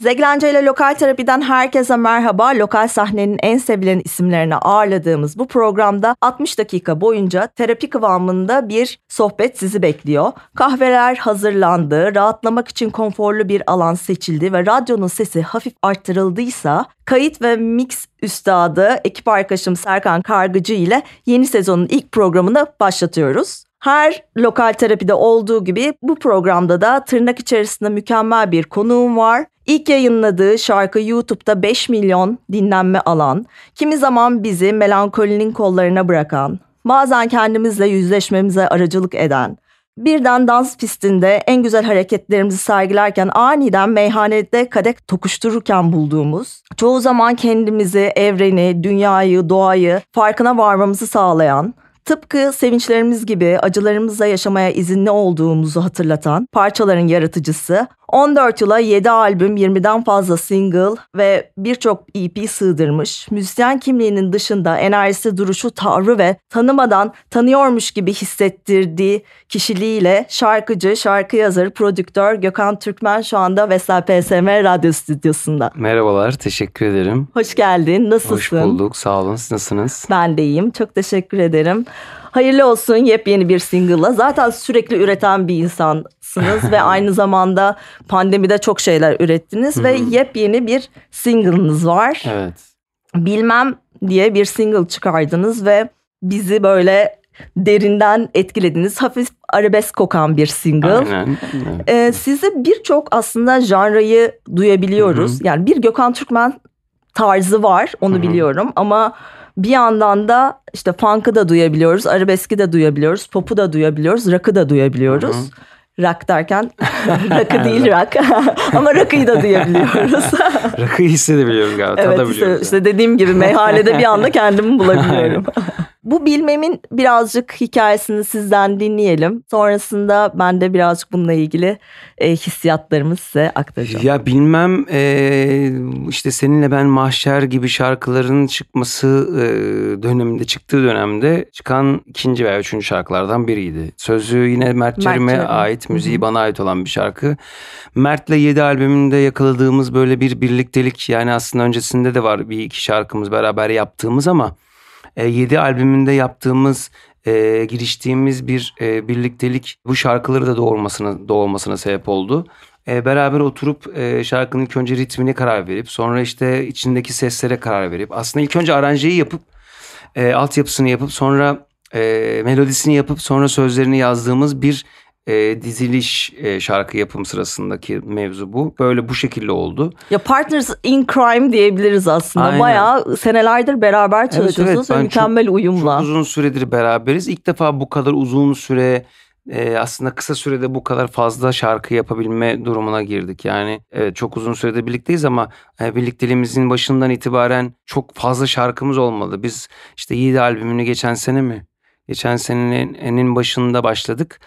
Zeglence ile Lokal Terapi'den herkese merhaba. Lokal sahnenin en sevilen isimlerini ağırladığımız bu programda 60 dakika boyunca terapi kıvamında bir sohbet sizi bekliyor. Kahveler hazırlandı, rahatlamak için konforlu bir alan seçildi ve radyonun sesi hafif arttırıldıysa kayıt ve mix üstadı ekip arkadaşım Serkan Kargıcı ile yeni sezonun ilk programını başlatıyoruz. Her lokal terapide olduğu gibi bu programda da tırnak içerisinde mükemmel bir konuğum var. İlk yayınladığı şarkı YouTube'da 5 milyon dinlenme alan, kimi zaman bizi melankolinin kollarına bırakan, bazen kendimizle yüzleşmemize aracılık eden, birden dans pistinde en güzel hareketlerimizi sergilerken aniden meyhanede kadeh tokuştururken bulduğumuz, çoğu zaman kendimizi, evreni, dünyayı, doğayı farkına varmamızı sağlayan, tıpkı sevinçlerimiz gibi acılarımızla yaşamaya izinli olduğumuzu hatırlatan parçaların yaratıcısı, 14 yıla 7 albüm, 20'den fazla single ve birçok EP sığdırmış, müzisyen kimliğinin dışında enerjisi, duruşu, tavrı ve tanımadan tanıyormuş gibi hissettirdiği kişiliğiyle şarkıcı, şarkı yazarı, prodüktör Gökhan Türkmen şu anda Vestel PSM Radyo Stüdyosu'nda. Merhabalar, teşekkür ederim. Hoş geldin, nasılsın? Hoş bulduk, sağ olun. Siz nasılsınız? Ben de iyiyim, çok teşekkür ederim. Hayırlı olsun yepyeni bir single'la. Zaten sürekli üreten bir insansınız ve aynı zamanda pandemide çok şeyler ürettiniz ve yepyeni bir single'ınız var. Evet. Bilmem diye bir single çıkardınız ve bizi böyle derinden etkilediniz. Hafif arabesk kokan bir single. Aynen. Evet. Sizi birçok aslında janrayı duyabiliyoruz. Yani bir Gökhan Türkmen tarzı var, onu biliyorum ama bir yandan da işte funk'ı da duyabiliyoruz, arabeski de duyabiliyoruz, pop'u da duyabiliyoruz, rock'ı da duyabiliyoruz. Rock derken rock'ı değil rock ama rock'ı da duyabiliyoruz. Rock'ı hissedebiliyoruz galiba, evet, tadabiliyoruz. işte dediğim gibi meyhanede bir anda kendimi bulabiliyorum. Bu bilmemin birazcık hikayesini sizden dinleyelim. Sonrasında ben de birazcık bununla ilgili hissiyatlarımı size aktaracağım. Ya bilmem işte seninle ben Mahşer gibi şarkıların çıkması döneminde, çıktığı dönemde çıkan ikinci veya üçüncü şarkılardan biriydi. Sözü yine Mert Cerim'e ait, müziği bana ait olan bir şarkı. Mert'le 7 albümünde yakaladığımız böyle bir birliktelik, yani aslında öncesinde de var bir iki şarkımız beraber yaptığımız ama 7 albümünde yaptığımız, giriştiğimiz bir birliktelik bu şarkıları da doğurmasına sebep oldu. Beraber oturup şarkının ilk önce ritmine karar verip sonra işte içindeki seslere karar verip aslında ilk önce aranjeyi yapıp altyapısını yapıp sonra melodisini yapıp sonra sözlerini yazdığımız bir diziliş şarkı yapım sırasındaki mevzu bu. Böyle bu şekilde oldu. Ya Partners in Crime diyebiliriz aslında. Aynen. Bayağı senelerdir beraber çalışıyorsunuz ve mükemmel uyumla. Çok uzun süredir beraberiz. İlk defa bu kadar uzun süre aslında kısa sürede bu kadar fazla şarkı yapabilme durumuna girdik. Yani evet, çok uzun süredir birlikteyiz ama birlikteliğimizin başından itibaren çok fazla şarkımız olmadı. Biz işte 7 albümünü geçen sene mi? Geçen senenin başında başladık.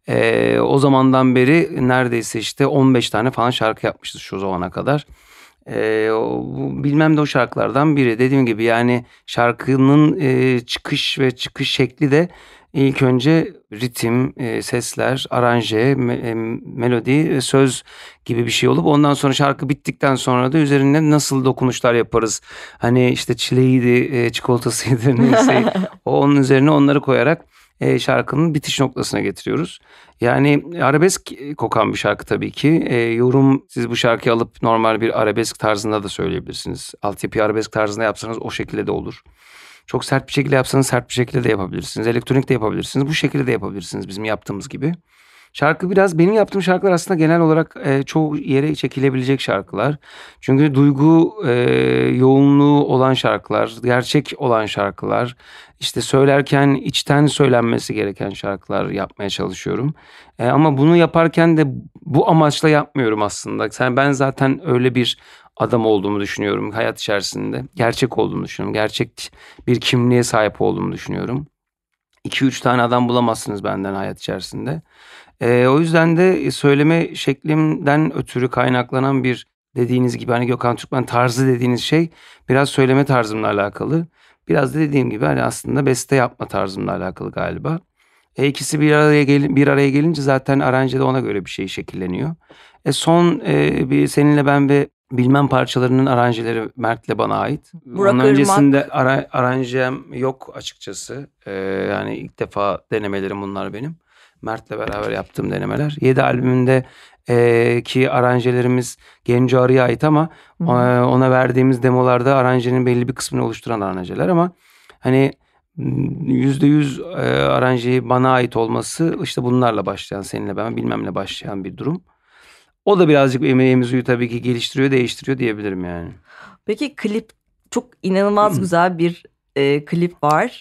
O zamandan beri neredeyse işte 15 tane falan şarkı yapmışız şu zamana kadar. Bilmem de o şarkılardan biri. Dediğim gibi yani şarkının çıkış şekli de ilk önce ritim, sesler, aranje, melodi, söz gibi bir şey olup ondan sonra şarkı bittikten sonra da üzerine nasıl dokunuşlar yaparız. Hani işte çileğiydi, çikolatasıydı neyse onun üzerine onları koyarak şarkının bitiş noktasına getiriyoruz. Yani arabesk kokan bir şarkı tabii ki. Siz bu şarkıyı alıp normal bir arabesk tarzında da söyleyebilirsiniz. Altyapıyı arabesk tarzında yapsanız o şekilde de olur. Çok sert bir şekilde yapsanız sert bir şekilde de yapabilirsiniz. Elektronik de yapabilirsiniz. Bu şekilde de yapabilirsiniz bizim yaptığımız gibi. Şarkı biraz benim yaptığım şarkılar aslında genel olarak çoğu yere çekilebilecek şarkılar. Çünkü duygu yoğunluğu olan şarkılar, gerçek olan şarkılar, işte söylerken içten söylenmesi gereken şarkılar yapmaya çalışıyorum. Ama bunu yaparken de bu amaçla yapmıyorum aslında. Ben zaten öyle bir adam olduğumu düşünüyorum hayat içerisinde. Gerçek olduğumu düşünüyorum. Gerçek bir kimliğe sahip olduğumu düşünüyorum. 2-3 tane adam bulamazsınız benden hayat içerisinde. O yüzden de söyleme şeklimden ötürü kaynaklanan bir, dediğiniz gibi hani Gökhan Türkmen tarzı dediğiniz şey biraz söyleme tarzımla alakalı. Biraz da dediğim gibi hani aslında beste yapma tarzımla alakalı galiba. İkisi bir araya gelince zaten aranjede ona göre bir şey şekilleniyor. Son bir seninle ben ve Bilmem parçalarının aranjeleri Mert'le bana ait. Burak Onun Irmak. öncesinde aranjem yok açıkçası. Yani ilk defa denemelerim bunlar benim. Mert'le beraber yaptığım denemeler. 7 albümünde ki aranjelerimiz Genco Arı'ya ait ama ona verdiğimiz demolarda aranjenin belli bir kısmını oluşturan aranjeler ama hani %100 aranjeyi bana ait olması işte bunlarla başlayan, seninle ben bilmemle başlayan bir durum. O da birazcık mevzuyu tabii ki geliştiriyor, değiştiriyor diyebilirim yani. Peki klip çok inanılmaz güzel bir klip var.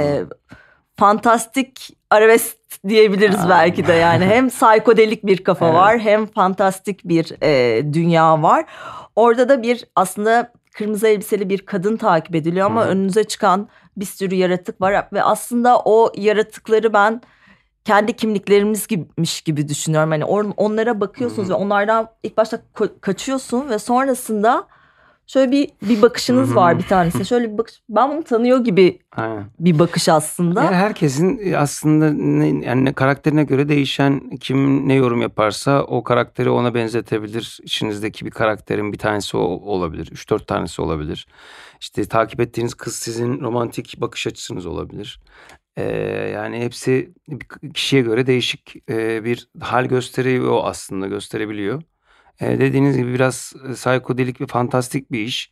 Fantastik arabesk diyebiliriz belki de yani. Hem psikodelik bir kafa var hem fantastik bir dünya var. Orada da bir aslında kırmızı elbiseli bir kadın takip ediliyor ama önünüze çıkan bir sürü yaratık var. Ve aslında o yaratıkları ben kendi kimliklerimiz gibiymiş gibi düşünüyorum. Hani onlara bakıyorsunuz ve onlardan ilk başta kaçıyorsun ve sonrasında şöyle bir bakışınız var bir tanesi. Şöyle bir bakış, ben bunu tanıyor gibi bir bakış aslında. Yani herkesin aslında yani karakterine göre değişen, kim ne yorum yaparsa o karakteri ona benzetebilir. İçinizdeki bir karakterin bir tanesi olabilir. 3-4 tanesi olabilir. İşte takip ettiğiniz kız sizin romantik bakış açısınız olabilir. Yani hepsi kişiye göre değişik bir hal gösteriyor aslında, gösterebiliyor. Dediğiniz gibi biraz psikodelik ve fantastik bir iş.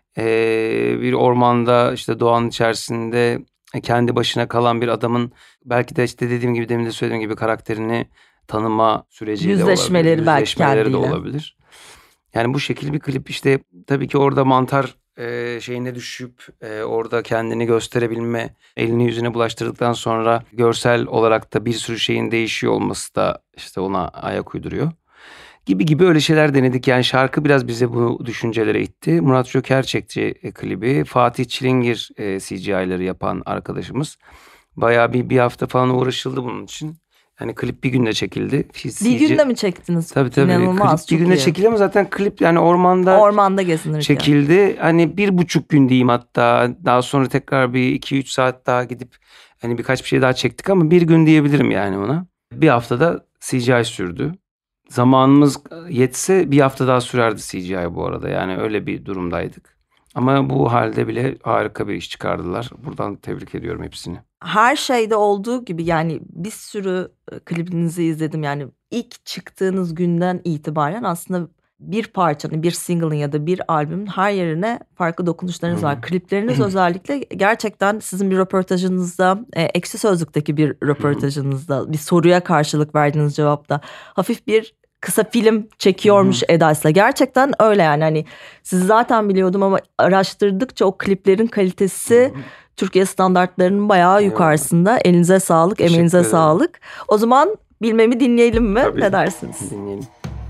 Bir ormanda işte doğanın içerisinde kendi başına kalan bir adamın belki de işte dediğim gibi demin de söylediğim gibi karakterini tanıma süreci de olabilir. Yüzleşmeleri de olabilir. Yani bu şekilde bir klip işte tabii ki orada mantar şeyine düşüp orada kendini gösterebilme, elini yüzüne bulaştırdıktan sonra görsel olarak da bir sürü şeyin değişiyor olması da işte ona ayak uyduruyor. Gibi öyle şeyler denedik. Yani şarkı biraz bize bu düşüncelere itti. Murat Joker çekti klibi. Fatih Çilingir CGI'leri yapan arkadaşımız. Bayağı bir hafta falan uğraşıldı bunun için. Yani klip bir günde çekildi. Bir günde mi çektiniz? Tabii. İnanılmaz, Klip bir günde çekildi ama zaten klip yani ormanda gezinirken çekildi. Hani 1,5 gün diyeyim hatta. Daha sonra tekrar bir 2-3 saat daha gidip hani birkaç bir şey daha çektik ama bir gün diyebilirim yani ona. Bir haftada CGI sürdü. Zamanımız yetse bir hafta daha sürerdi CGI bu arada. Yani öyle bir durumdaydık. Ama bu halde bile harika bir iş çıkardılar. Buradan tebrik ediyorum hepsini. Her şeyde olduğu gibi yani bir sürü klibinizi izledim. Yani ilk çıktığınız günden itibaren aslında bir parçanın, bir single'ın ya da bir albümün her yerine farklı dokunuşlarınız var. Klipleriniz özellikle gerçekten sizin bir röportajınızda, Ekşi Sözlük'teki bir röportajınızda, bir soruya karşılık verdiğiniz cevapta hafif bir kısa film çekiyormuş edasıyla. Gerçekten öyle yani. Hani sizi zaten biliyordum ama araştırdıkça o kliplerin kalitesi Türkiye standartlarının bayağı yukarısında. Elinize sağlık, emeğinize sağlık. O zaman bilmemi dinleyelim mi? Tabii. Ne dersiniz? Dinleyelim.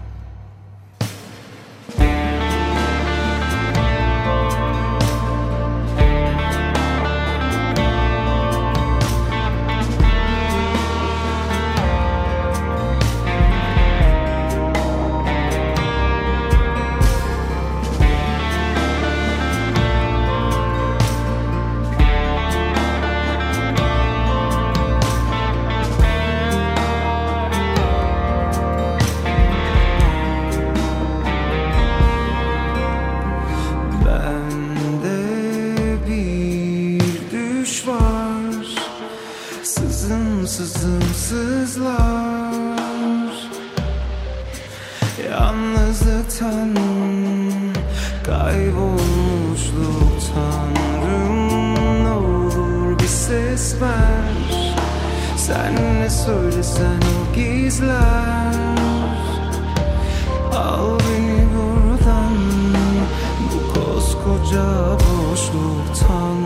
Yalnızlıktan, kaybolmuşluktan ne olur bir ses ver. Sen ne söylesen o gizler. Al beni buradan, bu koskoca boşluktan.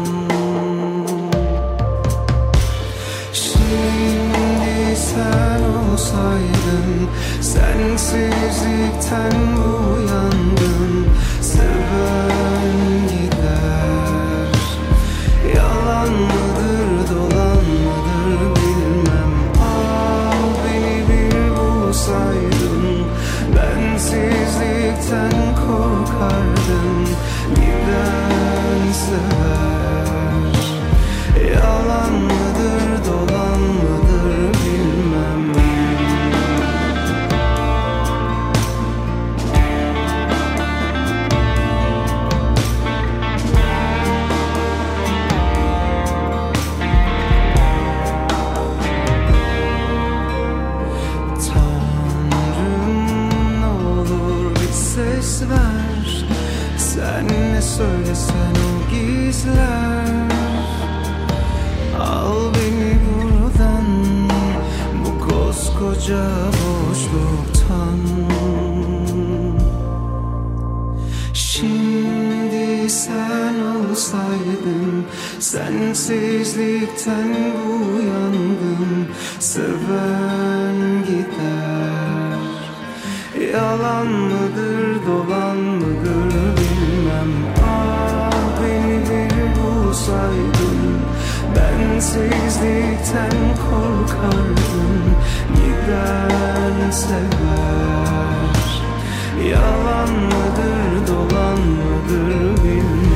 Şimdi sen olsaydın, sensizlikten uyandım. Seven gider, yalan mıdır dolan mıdır bilmem. Al beni bir bulsaydın, bensizlikten korkardım. Birden sever, yalan mıdır dolan mıdır bilmem. ver. Sen ne söylesen o gizler. Al beni buradan, bu koskoca boşluktan. Şimdi sen olsaydın, sensizlikten bu yangın. Seven gider, yalan mıdır dolan mıdır bilmem. Ah beni bir bulsaydın, bensizlikten korkardım. Giden sever, yalan mıdır dolan mıdır bilmem.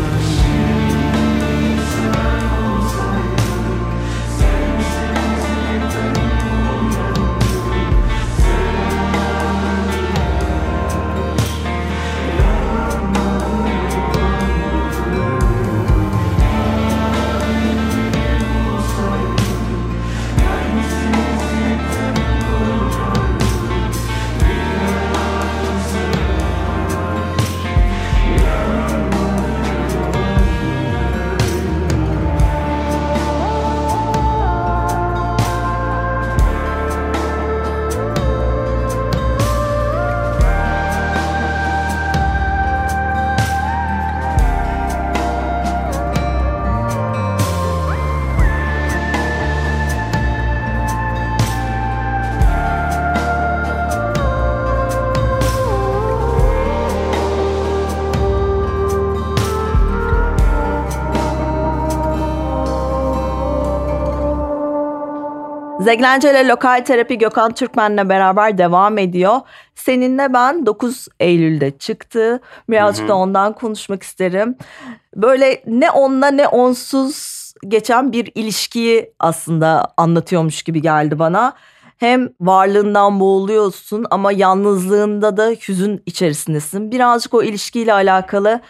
Zeglence ile Lokal Terapi Gökhan Türkmen'le beraber devam ediyor. Seninle ben 9 Eylül'de çıktı. Birazcık da ondan konuşmak isterim. Böyle ne onunla ne onsuz geçen bir ilişkiyi aslında anlatıyormuş gibi geldi bana. Hem varlığından boğuluyorsun ama yalnızlığında da hüzün içerisindesin. Birazcık o ilişkiyle alakalı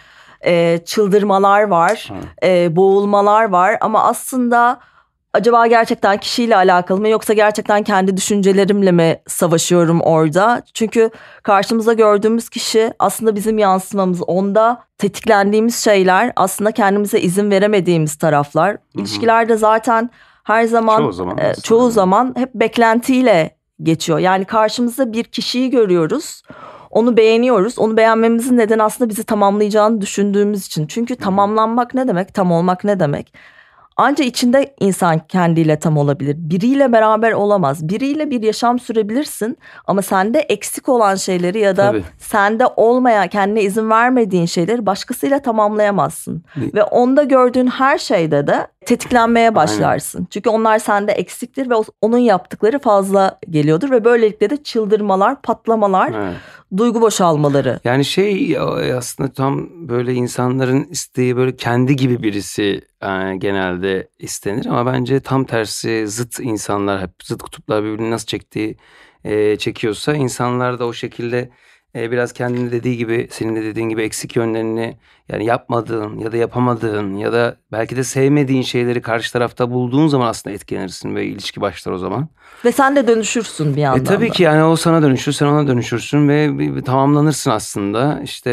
çıldırmalar var, boğulmalar var ama aslında acaba gerçekten kişiyle alakalı mı yoksa gerçekten kendi düşüncelerimle mi savaşıyorum orada? Çünkü karşımıza gördüğümüz kişi aslında bizim yansımamız. Onda tetiklendiğimiz şeyler aslında kendimize izin veremediğimiz taraflar. İlişkilerde zaten her zaman çoğu zaman hep beklentiyle geçiyor. Yani karşımızda bir kişiyi görüyoruz. Onu beğeniyoruz. Onu beğenmemizin nedeni aslında bizi tamamlayacağını düşündüğümüz için. Çünkü tamamlanmak ne demek? Tam olmak ne demek? Ancak içinde insan kendiyle tam olabilir. Biriyle beraber olamaz. Biriyle bir yaşam sürebilirsin ama sende eksik olan şeyleri ya da sende olmayan, kendine izin vermediğin şeyleri başkasıyla tamamlayamazsın. Ve onda gördüğün her şeyde de tetiklenmeye başlarsın. Aynen. Çünkü onlar sende eksiktir ve onun yaptıkları fazla geliyordur ve böylelikle de çıldırmalar, patlamalar, duygu boşalmaları. Yani aslında tam böyle insanların isteği böyle kendi gibi birisi genelde istenir ama bence tam tersi zıt insanlar, hep zıt kutuplar birbirini nasıl çekiyorsa insanlar da o şekilde biraz kendini dediği gibi, senin de dediğin gibi eksik yönlerini, yani yapmadığın ya da yapamadığın ya da belki de sevmediğin şeyleri karşı tarafta bulduğun zaman aslında etkilenirsin ve ilişki başlar o zaman. Ve sen de dönüşürsün bir yandan tabii da. ki yani o sana dönüşür, sen ona dönüşürsün ve tamamlanırsın aslında. İşte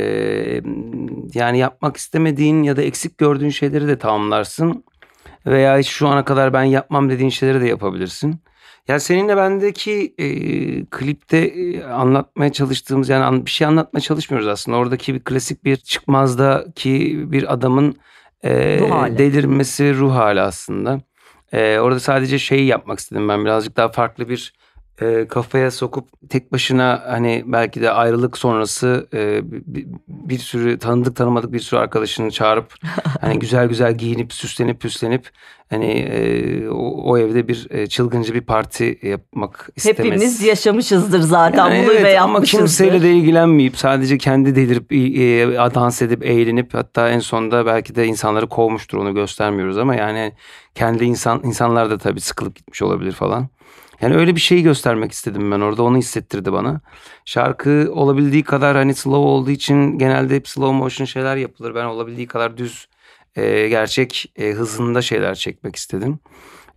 yani yapmak istemediğin ya da eksik gördüğün şeyleri de tamamlarsın. Veya hiç şu ana kadar ben yapmam dediğin şeyleri de yapabilirsin. Ya seninle bendeki klipte anlatmaya çalıştığımız, yani bir şey anlatmaya çalışmıyoruz aslında. Oradaki bir klasik bir çıkmazdaki bir adamın delirmesi, ruh hali aslında. Orada sadece yapmak istedim ben, birazcık daha farklı bir kafaya sokup tek başına, hani belki de ayrılık sonrası bir sürü tanıdık tanımadık bir sürü arkadaşını çağırıp hani güzel güzel giyinip süslenip püslenip hani o evde bir çılgınca bir parti yapmak istemez. Hepimiz yaşamışızdır zaten yani bunu ve yapmışızdır. Ama kimseyle de ilgilenmeyip sadece kendi delirip dans edip eğlenip, hatta en sonunda belki de insanları kovmuştur, onu göstermiyoruz ama yani kendi insanlar da tabii sıkılıp gitmiş olabilir falan. Yani öyle bir şeyi göstermek istedim ben orada, onu hissettirdi bana. Şarkı olabildiği kadar hani slow olduğu için genelde hep slow motion şeyler yapılır. Ben olabildiği kadar düz, gerçek hızında şeyler çekmek istedim.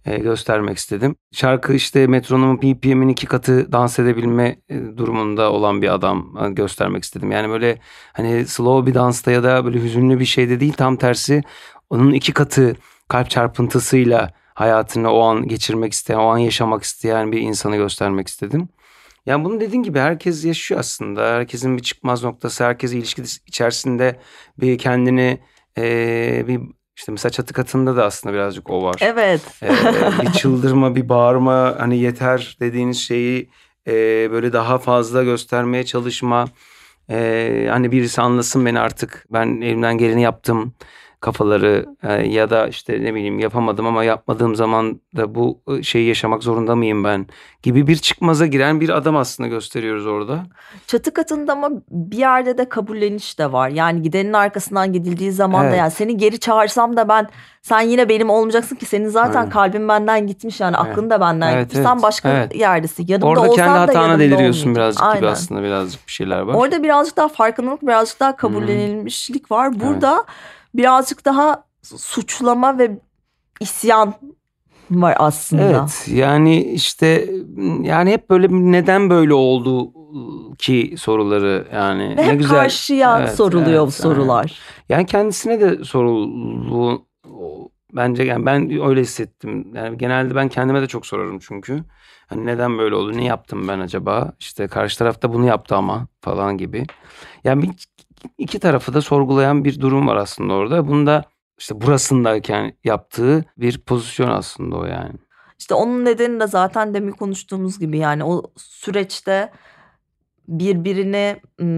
göstermek istedim. Şarkı işte metronomun BPM'in 2 katı dans edebilme durumunda olan bir adam göstermek istedim. Yani böyle hani slow bir dansta ya da böyle hüzünlü bir şeyde değil, tam tersi onun 2 katı kalp çarpıntısıyla hayatını o an geçirmek isteyen, o an yaşamak isteyen bir insanı göstermek istedim. Yani bunu dediğin gibi herkes yaşıyor aslında. Herkesin bir çıkmaz noktası, herkes ilişki içerisinde bir kendini bir işte mesela Çatı Katı'nda da aslında birazcık o var. Evet. Bir çıldırma, bir bağırma, hani yeter dediğiniz şeyi böyle daha fazla göstermeye çalışma. Hani birisi anlasın beni artık, ben elimden geleni yaptım kafaları ya da işte ne bileyim yapamadım ama yapmadığım zaman da bu şeyi yaşamak zorunda mıyım ben gibi bir çıkmaza giren bir adam aslında gösteriyoruz orada. Çatı Katı'nda ama bir yerde de kabulleniş de var. Yani gidenin arkasından gidildiği zaman da yani seni geri çağırsam da sen yine benim olmayacaksın ki, senin zaten kalbin benden gitmiş, yani aklın da benden gitmiş. Sen başka yerdesin. Yanımda orada olsan kendi da hatana deliriyorsun birazcık Aynen. gibi aslında, birazcık bir şeyler var. Orada birazcık daha farkındalık, birazcık daha kabullenilmişlik var. Burada birazcık daha suçlama ve isyan var aslında. Evet, yani işte yani hep böyle neden böyle oldu ki soruları, yani ve ne hep güzel. Karşıya soruluyor bu sorular. Yani kendisine de sorulu bence, yani ben öyle hissettim. Yani genelde ben kendime de çok sorarım çünkü. Hani neden böyle oldu? Ne yaptım ben acaba? İşte karşı tarafta bunu yaptı ama falan gibi. Yani iki tarafı da sorgulayan bir durum var aslında orada. Bunda işte burasındayken yaptığı bir pozisyon aslında o yani. İşte onun nedeni de zaten demin konuştuğumuz gibi, yani o süreçte birbirini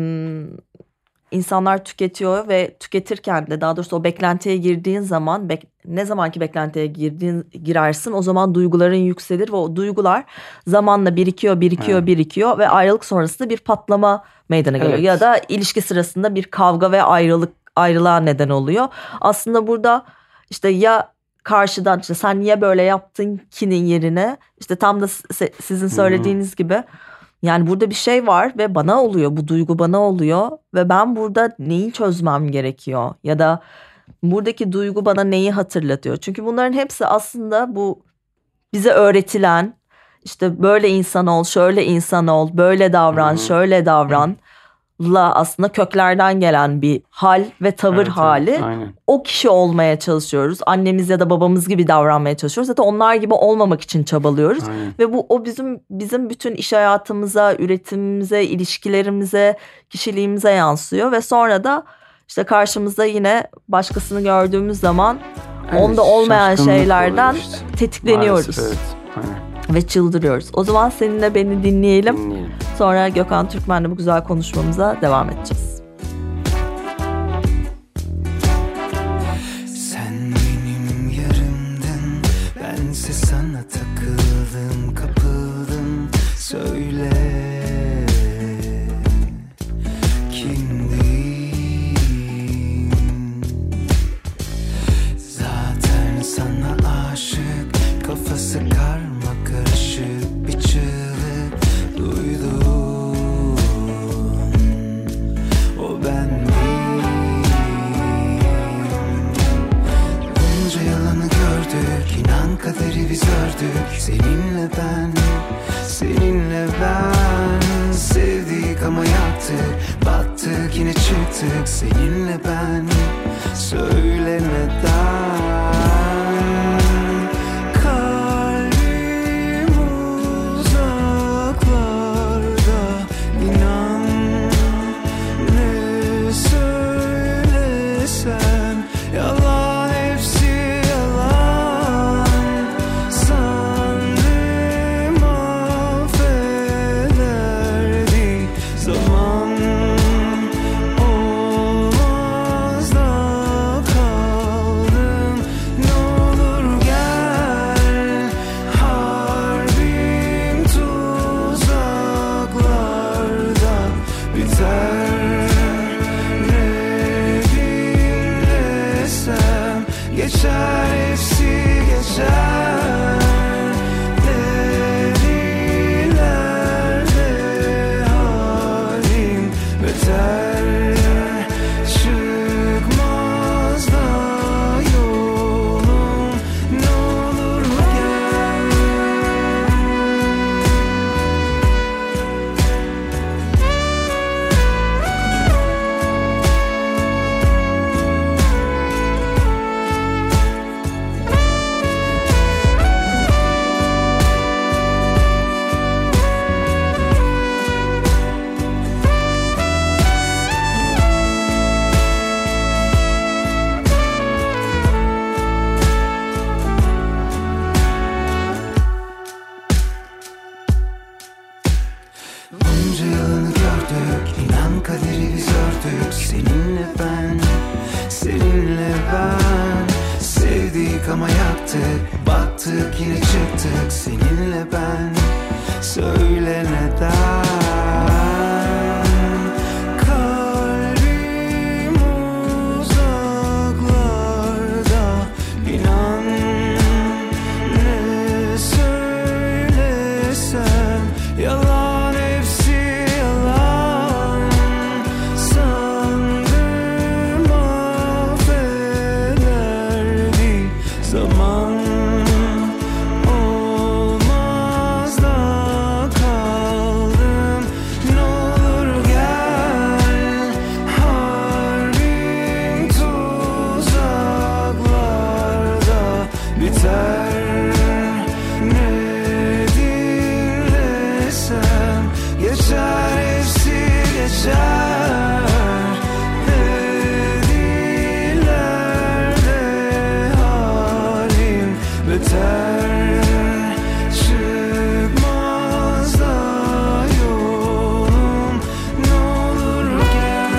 insanlar tüketiyor ve tüketirken de, daha doğrusu o beklentiye girdiğin zaman, ne zamanki beklentiye girersin o zaman duyguların yükselir ve o duygular zamanla birikiyor ve ayrılık sonrasında bir patlama meydana geliyor. Ya da ilişki sırasında bir kavga ve ayrılığa neden oluyor. Aslında burada işte ya karşıdan işte sen niye böyle yaptın ki'nin yerine, işte tam da sizin söylediğiniz gibi, yani burada bir şey var ve bana oluyor, bu duygu bana oluyor ve ben burada neyi çözmem gerekiyor ya da buradaki duygu bana neyi hatırlatıyor? Çünkü bunların hepsi aslında bu bize öğretilen, işte böyle insan ol, şöyle insan ol, böyle davran, şöyle davran la aslında köklerden gelen bir hal ve tavır hali. Aynen. O kişi olmaya çalışıyoruz. Annemiz ya da babamız gibi davranmaya çalışıyoruz. Zaten onlar gibi olmamak için çabalıyoruz. Aynen. Ve o bizim bütün iş hayatımıza, üretimimize, ilişkilerimize, kişiliğimize yansıyor ve sonra da işte karşımızda yine başkasını gördüğümüz zaman onda olmayan şeylerden tetikleniyoruz. Maalesef, evet. Aynen. Ve çıldırıyoruz. O zaman seninle beni dinleyelim. Sonra Gökhan Türkmen'le bu güzel konuşmamıza devam edeceğiz. Sen benim yarımdın, bense sana takıldım, kapıldım. Söyle kimdin? Zaten sana aşık, kafası karma karışık bir çığlık duydum. O ben miyim? Bunca yalanı gördük, inan kaderi biz ördük. Seninle ben sevdik ama yattık, battık yine çıktık. Seninle ben, söyle neden? Kalbim uzaklarda, inan ne söylesen yalan, hepsi yalan. Sanırım affederdi zaman, olmaz da kaldı. seninle ben, seninle ben. Sevdik ama yaktık, battık yine çıktık. Seninle ben, söyle neden? Kalbim uzaklarda, inan ne söylesem yalan, hepsi yalan. Sandım affederdi zaman, olmaz da kaldım. Ne olur gel, harbin tuzaklarda biter. Nedir desem geçer, hepsi geçer. Dedilerde halim beter. Çıkmaz da yolum, ne olur gel.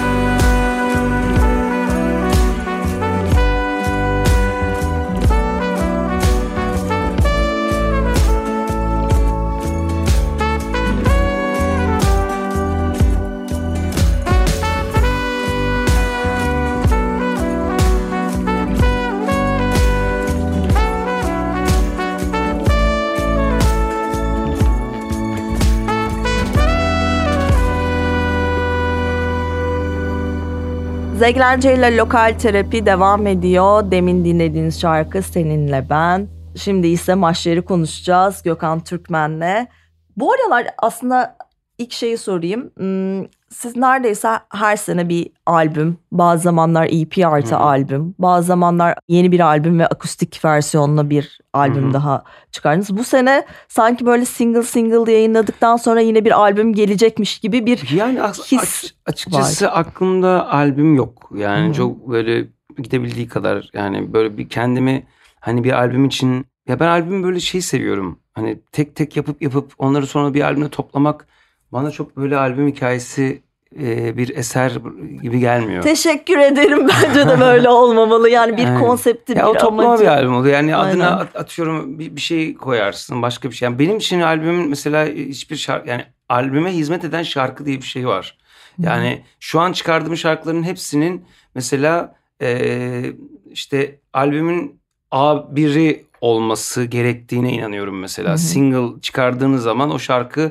Zeglence ile Lokal Terapi devam ediyor. Demin dinlediğiniz şarkı Seninle Ben. Şimdi ise maçları konuşacağız Gökhan Türkmen'le. Bu aralar aslında ilk şeyi sorayım. Siz neredeyse her sene bir albüm, bazı zamanlar EP artı albüm, bazı zamanlar yeni bir albüm ve akustik versiyonla bir albüm daha çıkardınız. Bu sene sanki böyle single yayınladıktan sonra yine bir albüm gelecekmiş gibi bir Yani his açıkçası aklımda albüm yok. Yani çok böyle gidebildiği kadar, yani böyle bir kendimi hani bir albüm için, ya ben albümü böyle şey seviyorum. Hani tek tek yapıp onları sonra bir albüme toplamak bana çok böyle albüm hikayesi bir eser gibi gelmiyor. Teşekkür ederim. Bence de böyle olmamalı. Yani bir konsepti, ya bir o toplama amacı. bir albüm oluyor. Yani Aynen. adına atıyorum bir şey koyarsın, başka bir şey. Yani benim için albümün mesela hiçbir şarkı, yani albüme hizmet eden şarkı diye bir şey var. Yani şu an çıkardığım şarkıların hepsinin mesela işte albümün A1'i olması gerektiğine inanıyorum mesela. Single çıkardığınız zaman o şarkı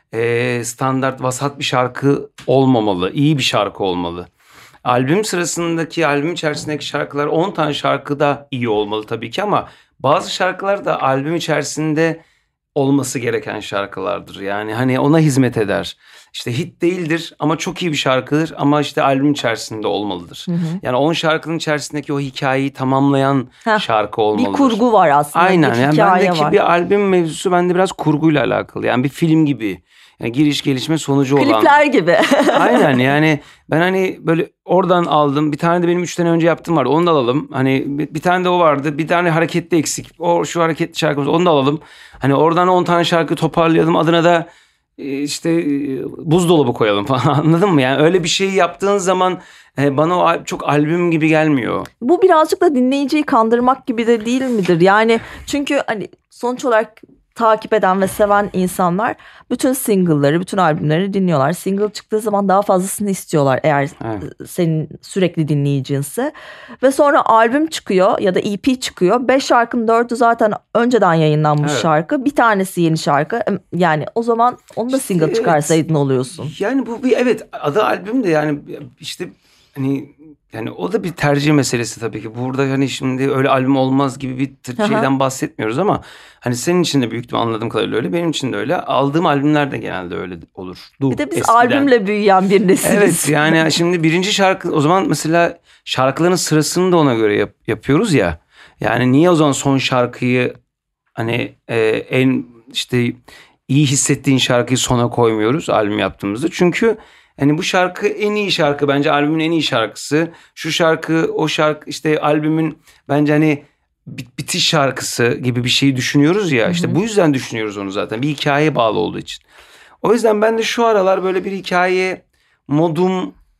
standart vasat bir şarkı olmamalı. İyi bir şarkı olmalı. Albüm sırasındaki, albüm içerisindeki şarkılar 10 tane şarkı da iyi olmalı tabii ki, ama bazı şarkılar da albüm içerisinde olması gereken şarkılardır. Yani hani ona hizmet eder. İşte hit değildir ama çok iyi bir şarkıdır, ama işte albüm içerisinde olmalıdır. Yani 10 şarkının içerisindeki o hikayeyi tamamlayan şarkı olmalıdır. Bir kurgu var aslında. Aynen. Bir Yani hikaye bendeki var. bir albüm mevzusu bende biraz kurguyla alakalı. Yani bir film gibi. Yani giriş, gelişme, sonucu olan. Klipler gibi. Aynen, yani ben hani böyle oradan aldım. Bir tane de benim 3 sene önce yaptığım vardı. Onu da alalım. Hani bir tane de o vardı. Bir tane hareketli eksik. Şu hareketli şarkımız, onu da alalım. Hani oradan 10 tane şarkı toparlayalım. Adına da işte buzdolabı koyalım falan, anladın mı? Yani öyle bir şey yaptığın zaman bana o çok albüm gibi gelmiyor. Bu birazcık da dinleyiciyi kandırmak gibi de değil midir? Yani çünkü hani sonuç olarak takip eden ve seven insanlar bütün single'ları, bütün albümleri dinliyorlar. Single çıktığı zaman daha fazlasını istiyorlar eğer senin sürekli dinleyicinse. Ve sonra albüm çıkıyor ya da EP çıkıyor. 5 şarkının 4'ü zaten önceden yayınlanmış şarkı. Bir tanesi yeni şarkı. Yani o zaman onu da single çıkarsaydın oluyorsun. Yani bu bir adı albüm de, yani işte hani yani o da bir tercih meselesi tabii ki. Burada hani şimdi öyle albüm olmaz gibi bir şeyden bahsetmiyoruz, ama hani senin için de büyük ihtimalle, anladığım kadarıyla öyle. Benim için de öyle. Aldığım albümler de genelde öyle olur. Bir de biz albümle büyüyen bir nesiliz. Evet, yani şimdi birinci şarkı, o zaman mesela şarkıların sırasını da ona göre yapıyoruz ya. Yani niye o zaman son şarkıyı hani en işte iyi hissettiğin şarkıyı sona koymuyoruz albüm yaptığımızda? Çünkü hani bu şarkı en iyi şarkı, bence albümün en iyi şarkısı. Şu şarkı, o şarkı işte albümün bence hani bitiş şarkısı gibi bir şey düşünüyoruz ya. İşte bu yüzden düşünüyoruz onu zaten. Bir hikayeye bağlı olduğu için. O yüzden ben de şu aralar böyle bir hikaye modum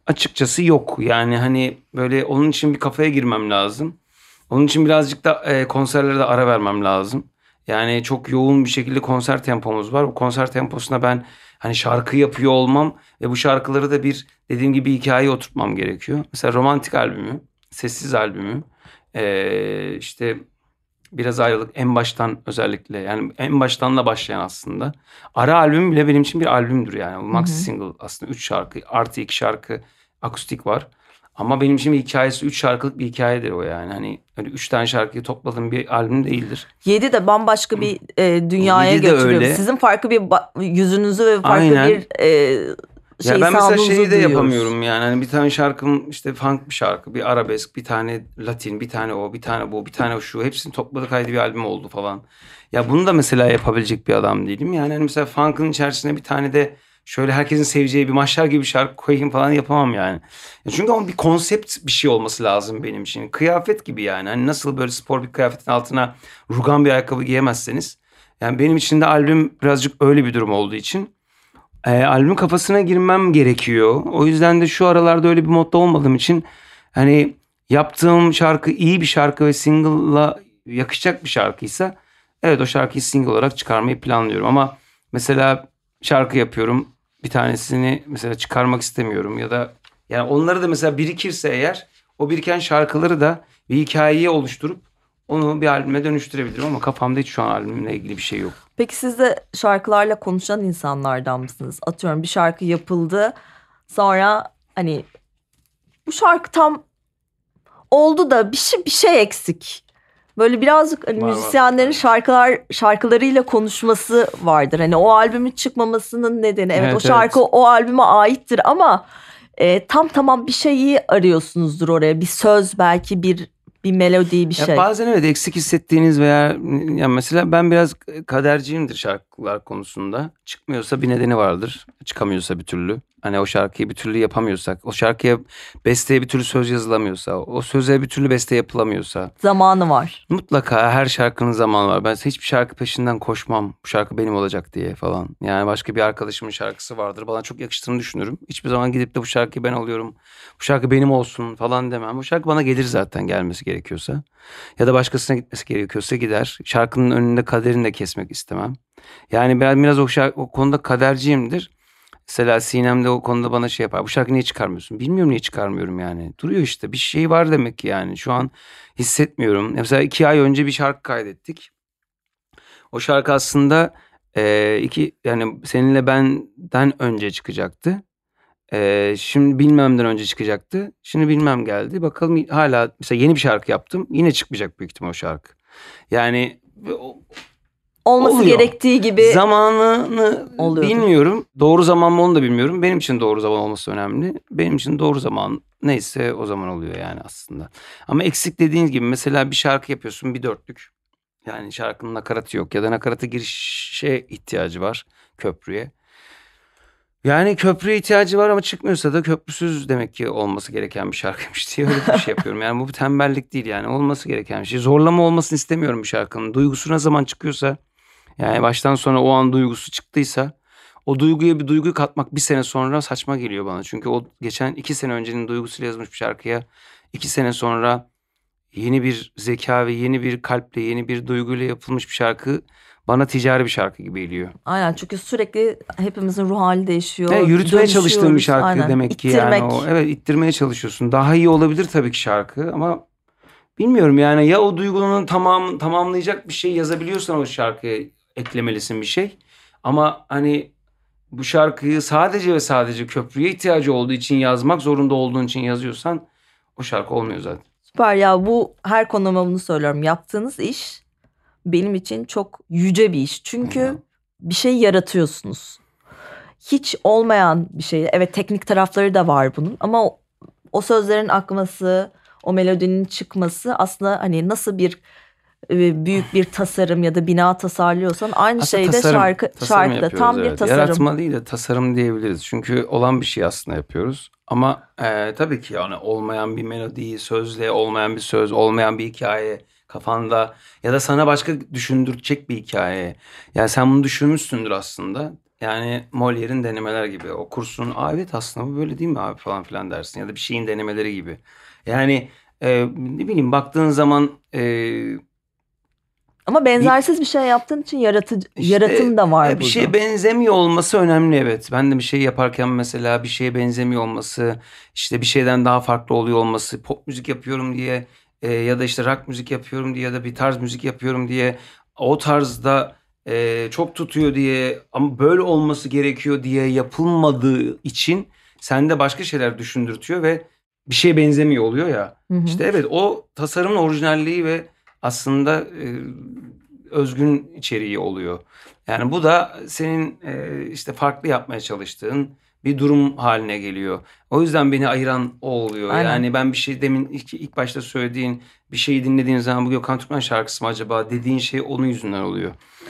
açıkçası yok. Yani hani böyle onun için bir kafaya girmem lazım. Onun için birazcık da konserlere de ara vermem lazım. Yani çok yoğun bir şekilde konser tempomuz var. O konser temposuna ben hani şarkı yapıyor olmam ve bu şarkıları da bir dediğim gibi hikayeye oturtmam gerekiyor. Mesela romantik albümü, sessiz albümü, işte biraz ayrılık en baştan özellikle yani en baştanla başlayan aslında. Ara albüm bile benim için bir albümdür yani. Bu maxi single aslında 3 şarkı artı 2 şarkı akustik var. Ama benim için bir hikayesi 3 şarkılık bir hikayedir o yani. Hani öyle 3 tane şarkıyı topladığım bir albüm değildir. 7 de bambaşka bir dünyaya 7 de götürüyor. öyle. Sizin farklı bir yüzünüzü ve farklı Aynen. bir Ya ben mesela şeyi de duyuyoruz. yapamıyorum yani. Hani bir tane şarkım işte funk bir şarkı, bir arabesk, bir tane Latin, bir tane o, bir tane bu, bir tane o şu. Hepsini topladık haydi bir albüm oldu falan. Ya bunu da mesela yapabilecek bir adam değilim. Yani hani mesela funk'ın içerisine bir tane de şöyle herkesin seveceği bir Maşar gibi bir şarkı koyayım falan yapamam yani. Ya çünkü onun bir konsept bir şey olması lazım benim için. Kıyafet gibi yani. Hani nasıl böyle spor bir kıyafetin altına rugan bir ayakkabı giyemezseniz. Yani benim için de albüm birazcık öyle bir durum olduğu için. Albüm kafasına girmem gerekiyor. O yüzden de şu aralarda öyle bir modda olmadığım için hani yaptığım şarkı iyi bir şarkı ve single'la yakışacak bir şarkıysa evet o şarkıyı single olarak çıkarmayı planlıyorum. Ama mesela şarkı yapıyorum bir tanesini mesela çıkarmak istemiyorum ya da yani onları da mesela birikirse eğer o biriken şarkıları da bir hikayeyi oluşturup onu bir albüme dönüştürebilirim ama kafamda hiç şu an albümle ilgili bir şey yok. Peki siz de şarkılarla konuşan insanlardan mısınız? Atıyorum bir şarkı yapıldı. Sonra hani bu şarkı tam oldu da bir şey eksik. Böyle birazcık hani Var. müzisyenlerin şarkılarıyla konuşması vardır. Hani o albümün çıkmamasının nedeni evet o şarkı o albüme aittir ama tamam bir şeyi arıyorsunuzdur oraya. Bir söz belki bir melodi bir şey. Bazen evet eksik hissettiğiniz veya ya mesela ben biraz kaderciyimdir şarkılar konusunda. Çıkmıyorsa bir nedeni vardır. Çıkamıyorsa bir türlü. Hani o şarkıyı bir türlü yapamıyorsak, o şarkıya besteye bir türlü söz yazılamıyorsa, o söze bir türlü beste yapılamıyorsa. Zamanı var. Mutlaka her şarkının zamanı var. Ben hiçbir şarkı peşinden koşmam. Bu şarkı benim olacak diye falan. Yani başka bir arkadaşımın şarkısı vardır. Bana çok yakıştığını düşünürüm. Hiçbir zaman gidip de bu şarkıyı ben alıyorum. Bu şarkı benim olsun falan demem. Bu şarkı bana gelir zaten gelmesi gerekiyorsa. Ya da başkasına gitmesi gerekiyorsa gider. Şarkının önünde kaderini de kesmek istemem. Yani ben biraz o konuda kaderciyimdir. Mesela Sinem de o konuda bana şey yapar. Bu şarkı niye çıkarmıyorsun? Bilmiyorum niye çıkarmıyorum yani. Duruyor işte. Bir şey var demek ki yani. Şu an hissetmiyorum. Mesela 2 ay önce bir şarkı kaydettik. O şarkı aslında yani seninle benden önce çıkacaktı. Şimdi bilmemden önce çıkacaktı. Şimdi bilmem geldi. Bakalım hala mesela yeni bir şarkı yaptım. Yine çıkmayacak büyük ihtimal o şarkı. Yani olması oluyor. Gerektiği gibi zamanını oluyordur. Bilmiyorum. Doğru zaman mı onu da bilmiyorum. Benim için doğru zaman olması önemli. Benim için doğru zaman neyse o zaman oluyor yani aslında. Ama eksik dediğiniz gibi mesela bir şarkı yapıyorsun bir dörtlük. Yani şarkının nakaratı yok ya da nakaratı girişe ihtiyacı var köprüye. Yani köprüye ihtiyacı var ama çıkmıyorsa da köprüsüz demek ki olması gereken bir şarkıymış diye öyle bir şey yapıyorum. Yani bu bir tembellik değil yani olması gereken bir şey. Zorlama olmasını istemiyorum bir şarkının. Duygusu ne zaman çıkıyorsa yani baştan sona o an duygusu çıktıysa o duyguya bir duygu katmak bir sene sonra saçma geliyor bana. Çünkü o geçen 2 sene öncenin duygusuyla yazılmış bir şarkıya 2 sene sonra yeni bir zeka ve yeni bir kalple yeni bir duyguyla yapılmış bir şarkı bana ticari bir şarkı gibi geliyor. Aynen çünkü sürekli hepimizin ruh hali değişiyor. Yürütmeye çalıştığım bir şarkı aynen. demek ki İttirmek. yani o. Evet ittirmeye çalışıyorsun. Daha iyi olabilir tabii ki şarkı ama bilmiyorum yani ya o duygunun tamamlayacak bir şey yazabiliyorsan o şarkıya eklemelisin bir şey. Ama hani bu şarkıyı sadece ve sadece köprüye ihtiyacı olduğu için yazmak zorunda olduğun için yazıyorsan o şarkı olmuyor zaten. Süper ya bu her konuma bunu söylüyorum. Yaptığınız iş benim için çok yüce bir iş. Çünkü bir şey yaratıyorsunuz. Hiç olmayan bir şey. Evet teknik tarafları da var bunun ama o sözlerin akması, o melodinin çıkması aslında hani nasıl bir büyük bir tasarım ya da bina tasarlıyorsan aynı aslında şeyde şarkıda tam bir tasarım. Yaratma değil de tasarım diyebiliriz. Çünkü olan bir şey aslında yapıyoruz. Ama tabii ki yani olmayan bir melodi, sözle olmayan bir söz, olmayan bir hikaye kafanda ya da sana başka düşündürecek bir hikaye. Yani sen bunu düşünmüşsündür aslında. Yani Molière'in denemeler gibi. Okursun, evet aslında bu böyle değil mi abi falan filan dersin. Ya da bir şeyin denemeleri gibi. Yani ne bileyim baktığın zaman Ama benzersiz bir şey yaptığın için yaratım da var bir burada. şeye benzemiyor olması önemli, evet. Ben de bir şey yaparken mesela bir şeye benzemiyor olması, işte bir şeyden daha farklı oluyor olması, pop müzik yapıyorum diye ya da işte rock müzik yapıyorum diye ya da bir tarz müzik yapıyorum diye o tarzda çok tutuyor diye ama böyle olması gerekiyor diye yapılmadığı için sende başka şeyler düşündürtüyor ve bir şeye benzemiyor oluyor ya. İşte evet, o tasarımın orijinalliği ve aslında özgün içeriği oluyor. Yani bu da senin işte farklı yapmaya çalıştığın bir durum haline geliyor. O yüzden beni ayıran o oluyor. Aynen. Yani ben bir şey demin ilk başta söylediğin bir şeyi dinlediğin zaman bu Gökhan Türkmen şarkısı mı acaba dediğin şey onun yüzünden oluyor.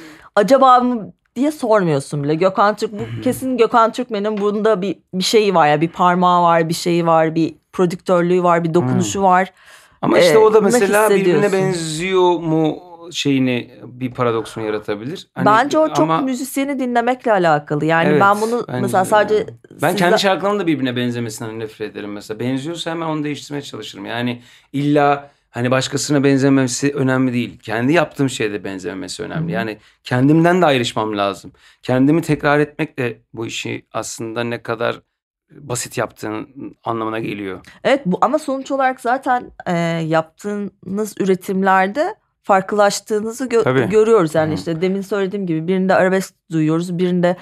Acaba mı diye sormuyorsun bile. Gökhan Türk, bu kesin Gökhan Türkmen'in bunda bir şeyi var ya, bir parmağı var, bir şeyi var, bir prodüktörlüğü var, bir dokunuşu var. Ama işte o da mesela birbirine hissediyorsun. benziyor mu şeyini, bir paradoksunu yaratabilir. Hani, Bence o çok müzisyeni dinlemekle alakalı. Yani evet, ben bunu mesela sadece ben kendi şarkılarımın da birbirine benzemesinden nefret ederim mesela. Benziyorsa hemen onu değiştirmeye çalışırım. Yani illa hani başkasına benzememesi önemli değil. Kendi yaptığım şeye de benzememesi önemli. Yani kendimden de ayrışmam lazım. Kendimi tekrar etmek de bu işi aslında ne kadar basit yaptığın anlamına geliyor. Evet, ama sonuç olarak zaten yaptığınız üretimlerde farklılaştığınızı görüyoruz. Yani işte demin söylediğim gibi birinde arabesk duyuyoruz, birinde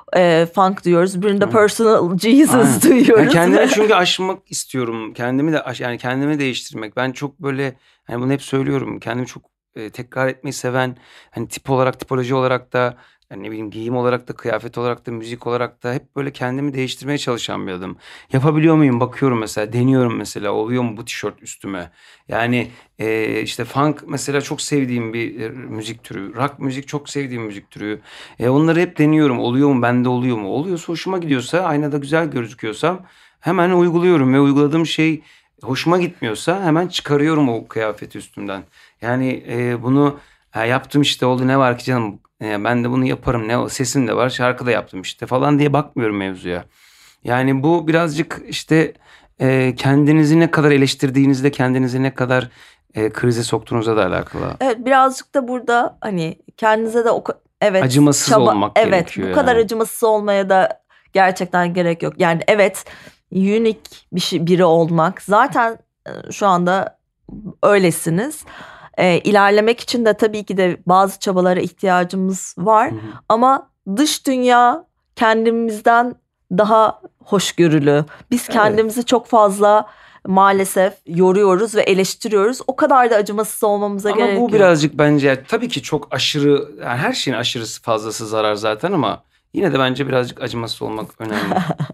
funk duyuyoruz, birinde personal Jesus duyuyoruz. Ben kendimi çünkü aşmak istiyorum. Kendimi de yani kendimi değiştirmek. Ben çok böyle, hani bunu hep söylüyorum. Kendimi çok tekrar etmeyi seven, hani tip olarak, tipoloji olarak da, yani ne bileyim giyim olarak da, kıyafet olarak da, müzik olarak da hep böyle kendimi değiştirmeye çalışan bir adamım. Yapabiliyor muyum? Bakıyorum mesela, deniyorum mesela. Oluyor mu bu tişört üstüme? Yani işte funk mesela çok sevdiğim bir müzik türü. Rock müzik çok sevdiğim müzik türü. Onları hep deniyorum. Oluyor mu? Bende oluyor mu? Oluyorsa, hoşuma gidiyorsa, aynada güzel gözüküyorsam hemen uyguluyorum ve uyguladığım şey hoşuma gitmiyorsa hemen çıkarıyorum o kıyafeti üstümden. Yani bunu yaptım işte, oldu, ne var ki canım, ben de bunu yaparım, ne o, sesim de var, şarkı da yaptım işte falan diye bakmıyorum mevzuya. Yani bu birazcık işte kendinizi ne kadar eleştirdiğinizle kendinizi ne kadar krize soktuğunuzla da alakalı. Evet, birazcık da burada hani kendinize de evet, acımasız olmak gerekiyor. Evet, bu kadar acımasız olmaya da gerçekten gerek yok. Yani evet, unique biri olmak zaten şu anda öylesiniz. İlerlemek için de tabii ki de bazı çabalara ihtiyacımız var. Ama dış dünya kendimizden daha hoşgörülü. Biz kendimizi çok fazla maalesef yoruyoruz ve eleştiriyoruz. O kadar da acımasız olmamıza gerek yok. Ama bu birazcık bence tabii ki çok aşırı, yani her şeyin aşırısı fazlası zarar zaten, ama yine de bence birazcık acımasız olmak önemli.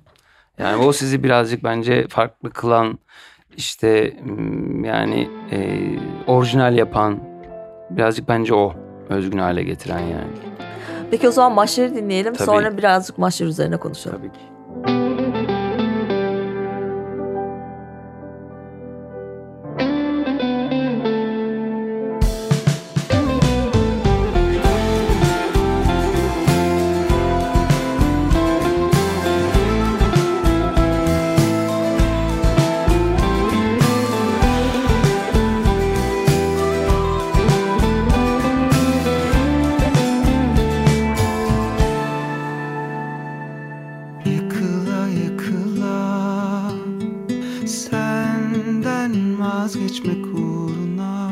Yani o sizi birazcık bence farklı kılan, işte yani orijinal yapan, birazcık bence o özgün hale getiren yani. Peki o zaman Mahşer'i dinleyelim. Tabii. Sonra birazcık Mahşer üzerine konuşalım. Tabii ki. Vazgeçmek uğruna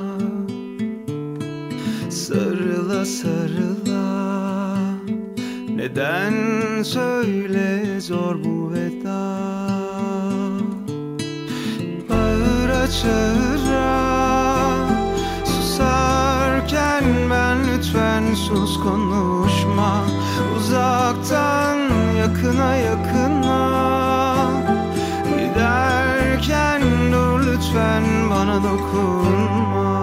sarıla sarıla, neden söyle zor bu veda, bağıra çağıra susarken ben lütfen sus konuşma, uzaktan yakına yakına giderken dur lütfen bana dokunma.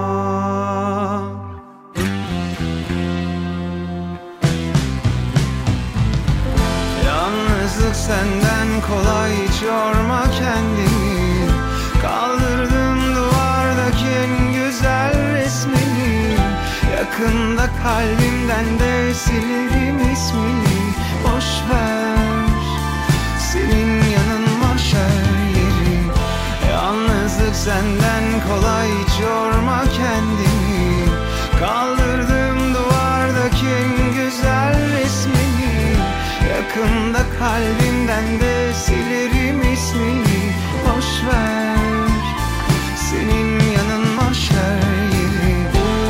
Yalnızlık senden kolay, hiç yorma kendini. Kaldırdım duvardaki en güzel resmini, yakında kalbimden de silirim ismini. boş ver. Senin yanın mahşer yeri. Yalnızlık senden kolay, hiç yorma kendini. Kaldırdım duvardaki en güzel resmini. Yakında kalbimden de silerim ismini. Boş ver, senin yanın mahşer yeri.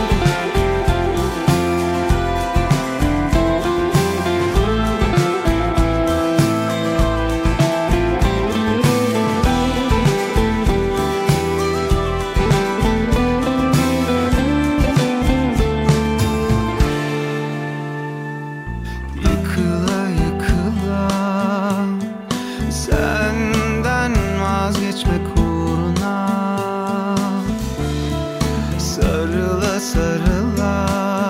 Yıkıla yıkıla senden vazgeçmek uğruna, sarıla sarıla,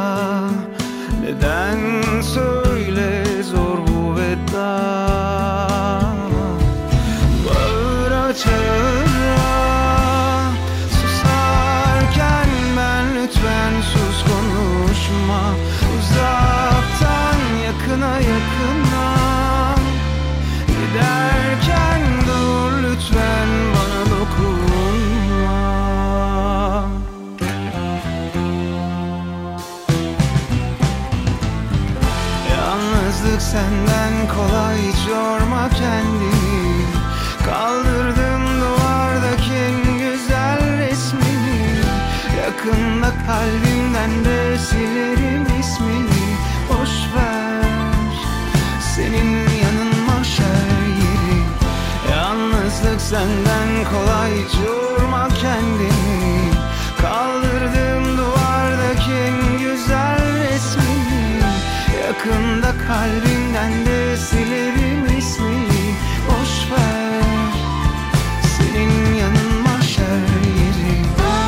neden söyle zor bu veda. Bağıra çağıra susarken ben, lütfen sus konuşma. Uzaktan yakına yakına giderken dur, lütfen bana dokunma. Yalnızlık senden kolay, hiç yorma kendini. Kaldırdım duvardaki en güzel resmini. Yakında kalbimden de silerim ismini. Boş ver, senin yanın mahşer yeri. Yalnızlık senden kolay, hiç yorma kendini. Kaldırdım duvardaki en güzel resmini. Yakında kalbimden de silerim ismini. Boş ver, senin yanın mahşer yeri.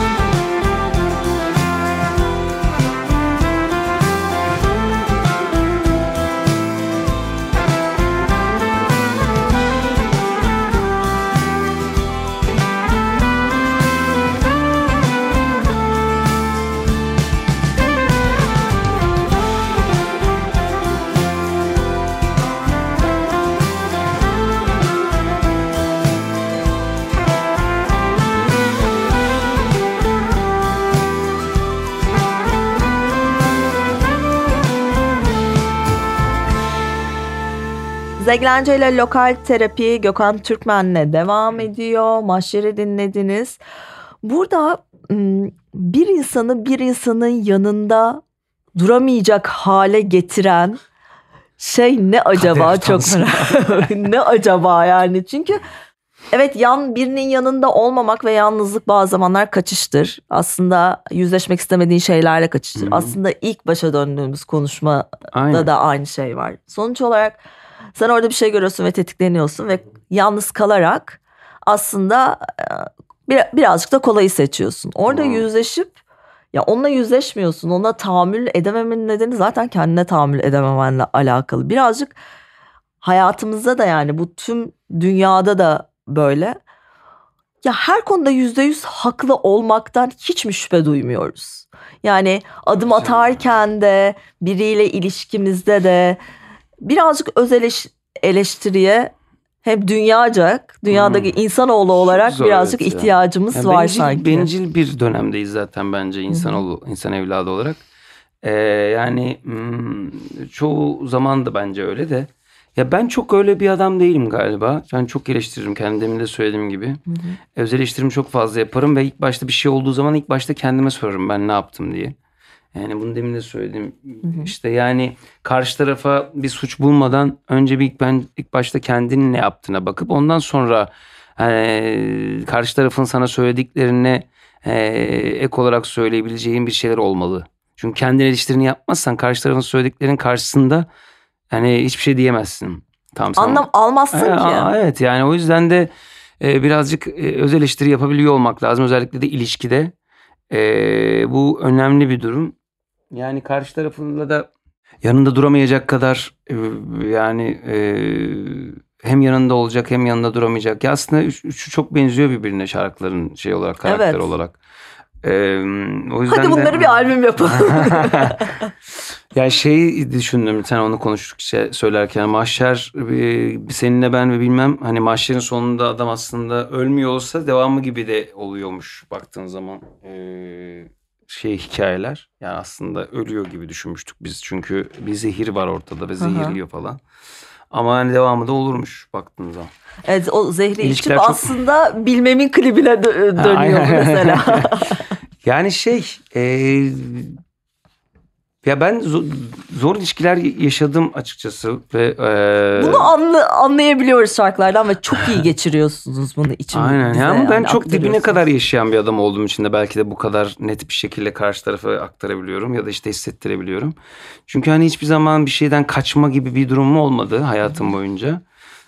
Zeglence ile Lokal Terapi Gökhan Türkmen'le devam ediyor. Mahşer'i dinlediniz. Burada bir insanı bir insanın yanında duramayacak hale getiren şey ne acaba? Çok merak. Ne acaba yani? Çünkü evet, birinin yanında olmamak ve yalnızlık bazı zamanlar kaçıştır. Aslında yüzleşmek istemediğin şeylerle kaçıştır. Hı-hı. Aslında ilk başa döndüğümüz konuşmada Aynen. da aynı şey var. Sonuç olarak sen orada bir şey görüyorsun ve tetikleniyorsun ve yalnız kalarak aslında birazcık da kolayı seçiyorsun. Orada yüzleşip ya onunla yüzleşmiyorsun. Ona tahammül edememenin nedeni zaten kendine tahammül edememenle alakalı. Birazcık hayatımızda da, yani bu tüm dünyada da böyle. Ya her konuda %100 haklı olmaktan hiç mi şüphe duymuyoruz? Yani adım atarken de, biriyle ilişkimizde de birazcık öz eleştiriye hem dünyadaki insanoğlu olarak Zor, birazcık evet ihtiyacımız yani var sanki. Bencil bir dönemdeyiz zaten bence insan evladı olarak. Yani çoğu zaman da bence öyle de. Ya ben çok öyle bir adam değilim galiba. Ben çok eleştiririm kendimi, demin de söylediğim gibi. Öz eleştirimi çok fazla yaparım ve ilk başta bir şey olduğu zaman ilk başta kendime sorarım ben ne yaptım diye. Yani bunu demin de söyledim. İşte yani karşı tarafa bir suç bulmadan önce ilk başta kendinin ne yaptığına bakıp ondan sonra karşı tarafın sana söylediklerine ek olarak söyleyebileceğin bir şeyler olmalı. Çünkü kendin eleştirini yapmazsan karşı tarafın söylediklerinin karşısında hani hiçbir şey diyemezsin. Anlam almazsın ki. Evet, yani o yüzden de birazcık öz eleştiri yapabiliyor olmak lazım. Özellikle de ilişkide. Bu önemli bir durum. Yani karşı tarafında da yanında duramayacak kadar yani hem yanında olacak hem yanında duramayacak. Ya aslında üçü çok benziyor birbirine şarkıların olarak, karakter olarak. O yüzden Hadi bunları bir albüm yapalım. Ya şey düşündüm sen onu konuştukça söylerken Mahşer seninle ben ve bilmem hani Mahşer'in sonunda adam aslında ölmüyor olsa devamı gibi de oluyormuş baktığın zaman hikayeler yani aslında ölüyor gibi düşünmüştük biz çünkü bir zehir var ortada ve zehirliyor falan ama hani devamı da olurmuş baktığın zaman. Evet, o zehri İlişkiler içip çok... aslında bilmemin klibine dönüyor mesela. Yani ya ben zor ilişkiler yaşadım açıkçası ve bunu anlayabiliyoruz şarkılardan ve çok iyi geçiriyorsunuz bunu içimde. Aynen. Yani ben çok dibine kadar yaşayan bir adam olduğum için de belki de bu kadar net bir şekilde karşı tarafa aktarabiliyorum ya da işte hissettirebiliyorum. Çünkü hani hiçbir zaman bir şeyden kaçma gibi bir durumum olmadı hayatım boyunca.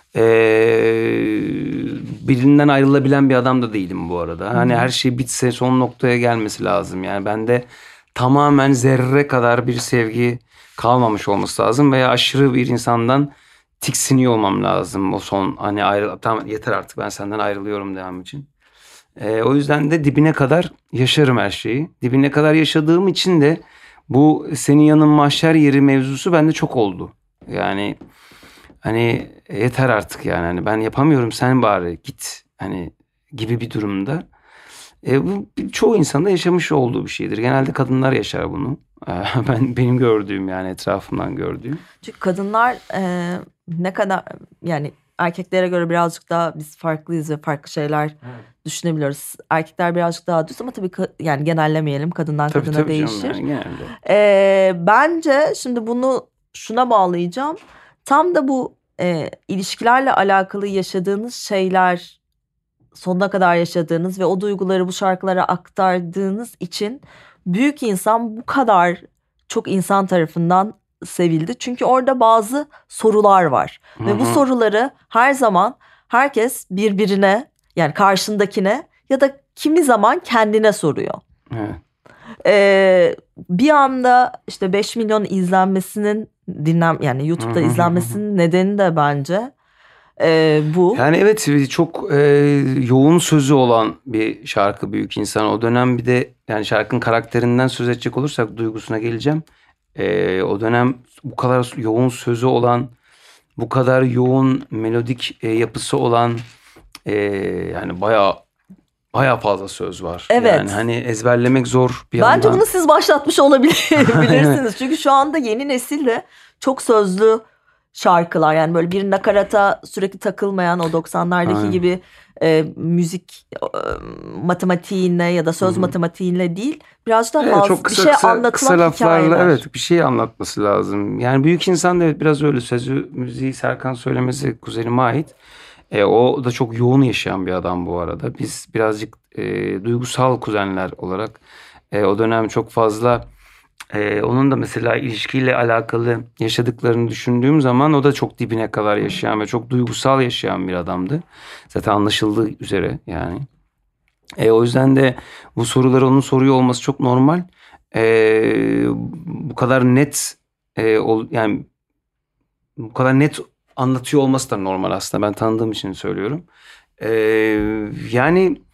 Birinden ayrılabilen bir adam da değilim bu arada. Hani her şey bitse son noktaya gelmesi lazım. Yani bende tamamen zerre kadar bir sevgi kalmamış olması lazım veya aşırı bir insandan tiksiniyor olmam lazım o son hani tamam yeter artık ben senden ayrılıyorum demem için. O yüzden de dibine kadar yaşarım her şeyi. Dibine kadar yaşadığım için de bu senin yanın mahşer yeri mevzusu bende çok oldu. Yani hani yeter artık yani hani ben yapamıyorum sen bari git hani gibi bir durumda. Bu çoğu insanda yaşamış olduğu bir şeydir. Genelde kadınlar yaşar bunu. Benim gördüğüm yani etrafımdan gördüğüm. Çünkü kadınlar ne kadar yani erkeklere göre birazcık daha biz farklıyız ve farklı şeyler düşünebiliyoruz. Erkekler birazcık daha düz ama tabii yani genellemeyelim kadından kadına değişir. Canım, yani genelde. Bence şimdi bunu şuna bağlayacağım. Tam da bu ilişkilerle alakalı yaşadığınız şeyler sonuna kadar yaşadığınız ve o duyguları bu şarkılara aktardığınız için Büyük İnsan bu kadar çok insan tarafından sevildi. Çünkü orada bazı sorular var. Hı-hı. Ve bu soruları her zaman herkes birbirine yani karşındakine ya da kimi zaman kendine soruyor. Evet. Bir anda işte 5 milyon izlenmesinin yani YouTube'da izlenmesinin nedeni de bence bu. Yani evet çok yoğun sözü olan bir şarkı Büyük İnsan. O dönem bir de yani şarkının karakterinden söz edecek olursak duygusuna geleceğim. O dönem bu kadar yoğun sözü olan, bu kadar yoğun melodik yapısı olan yani bayağı fazla söz var. Evet. Yani hani ezberlemek zor bir Bence yandan. bunu siz başlatmış olabilirsiniz. Çünkü şu anda yeni nesil de çok sözlü şarkılar yani böyle bir nakarata sürekli takılmayan o 90'lardaki gibi müzik matematiğine ya da söz matematiğiyle değil biraz daha fazla çok bir şey anlatılan hikayeler. Evet bir şey anlatması lazım. Yani Büyük İnsan da evet biraz öyle sözü müziği Serkan söylemesi kuzenime ait. O da çok yoğun yaşayan bir adam bu arada. Biz birazcık duygusal kuzenler olarak o dönem çok fazla onun da mesela ilişkiyle alakalı yaşadıklarını düşündüğüm zaman o da çok dibine kadar yaşayan ve çok duygusal yaşayan bir adamdı. Zaten anlaşıldığı üzere yani. O yüzden de bu soruları onun soruyor olması çok normal. Bu kadar net yani bu kadar net anlatıyor olması da normal aslında. Ben tanıdığım için söylüyorum. Yani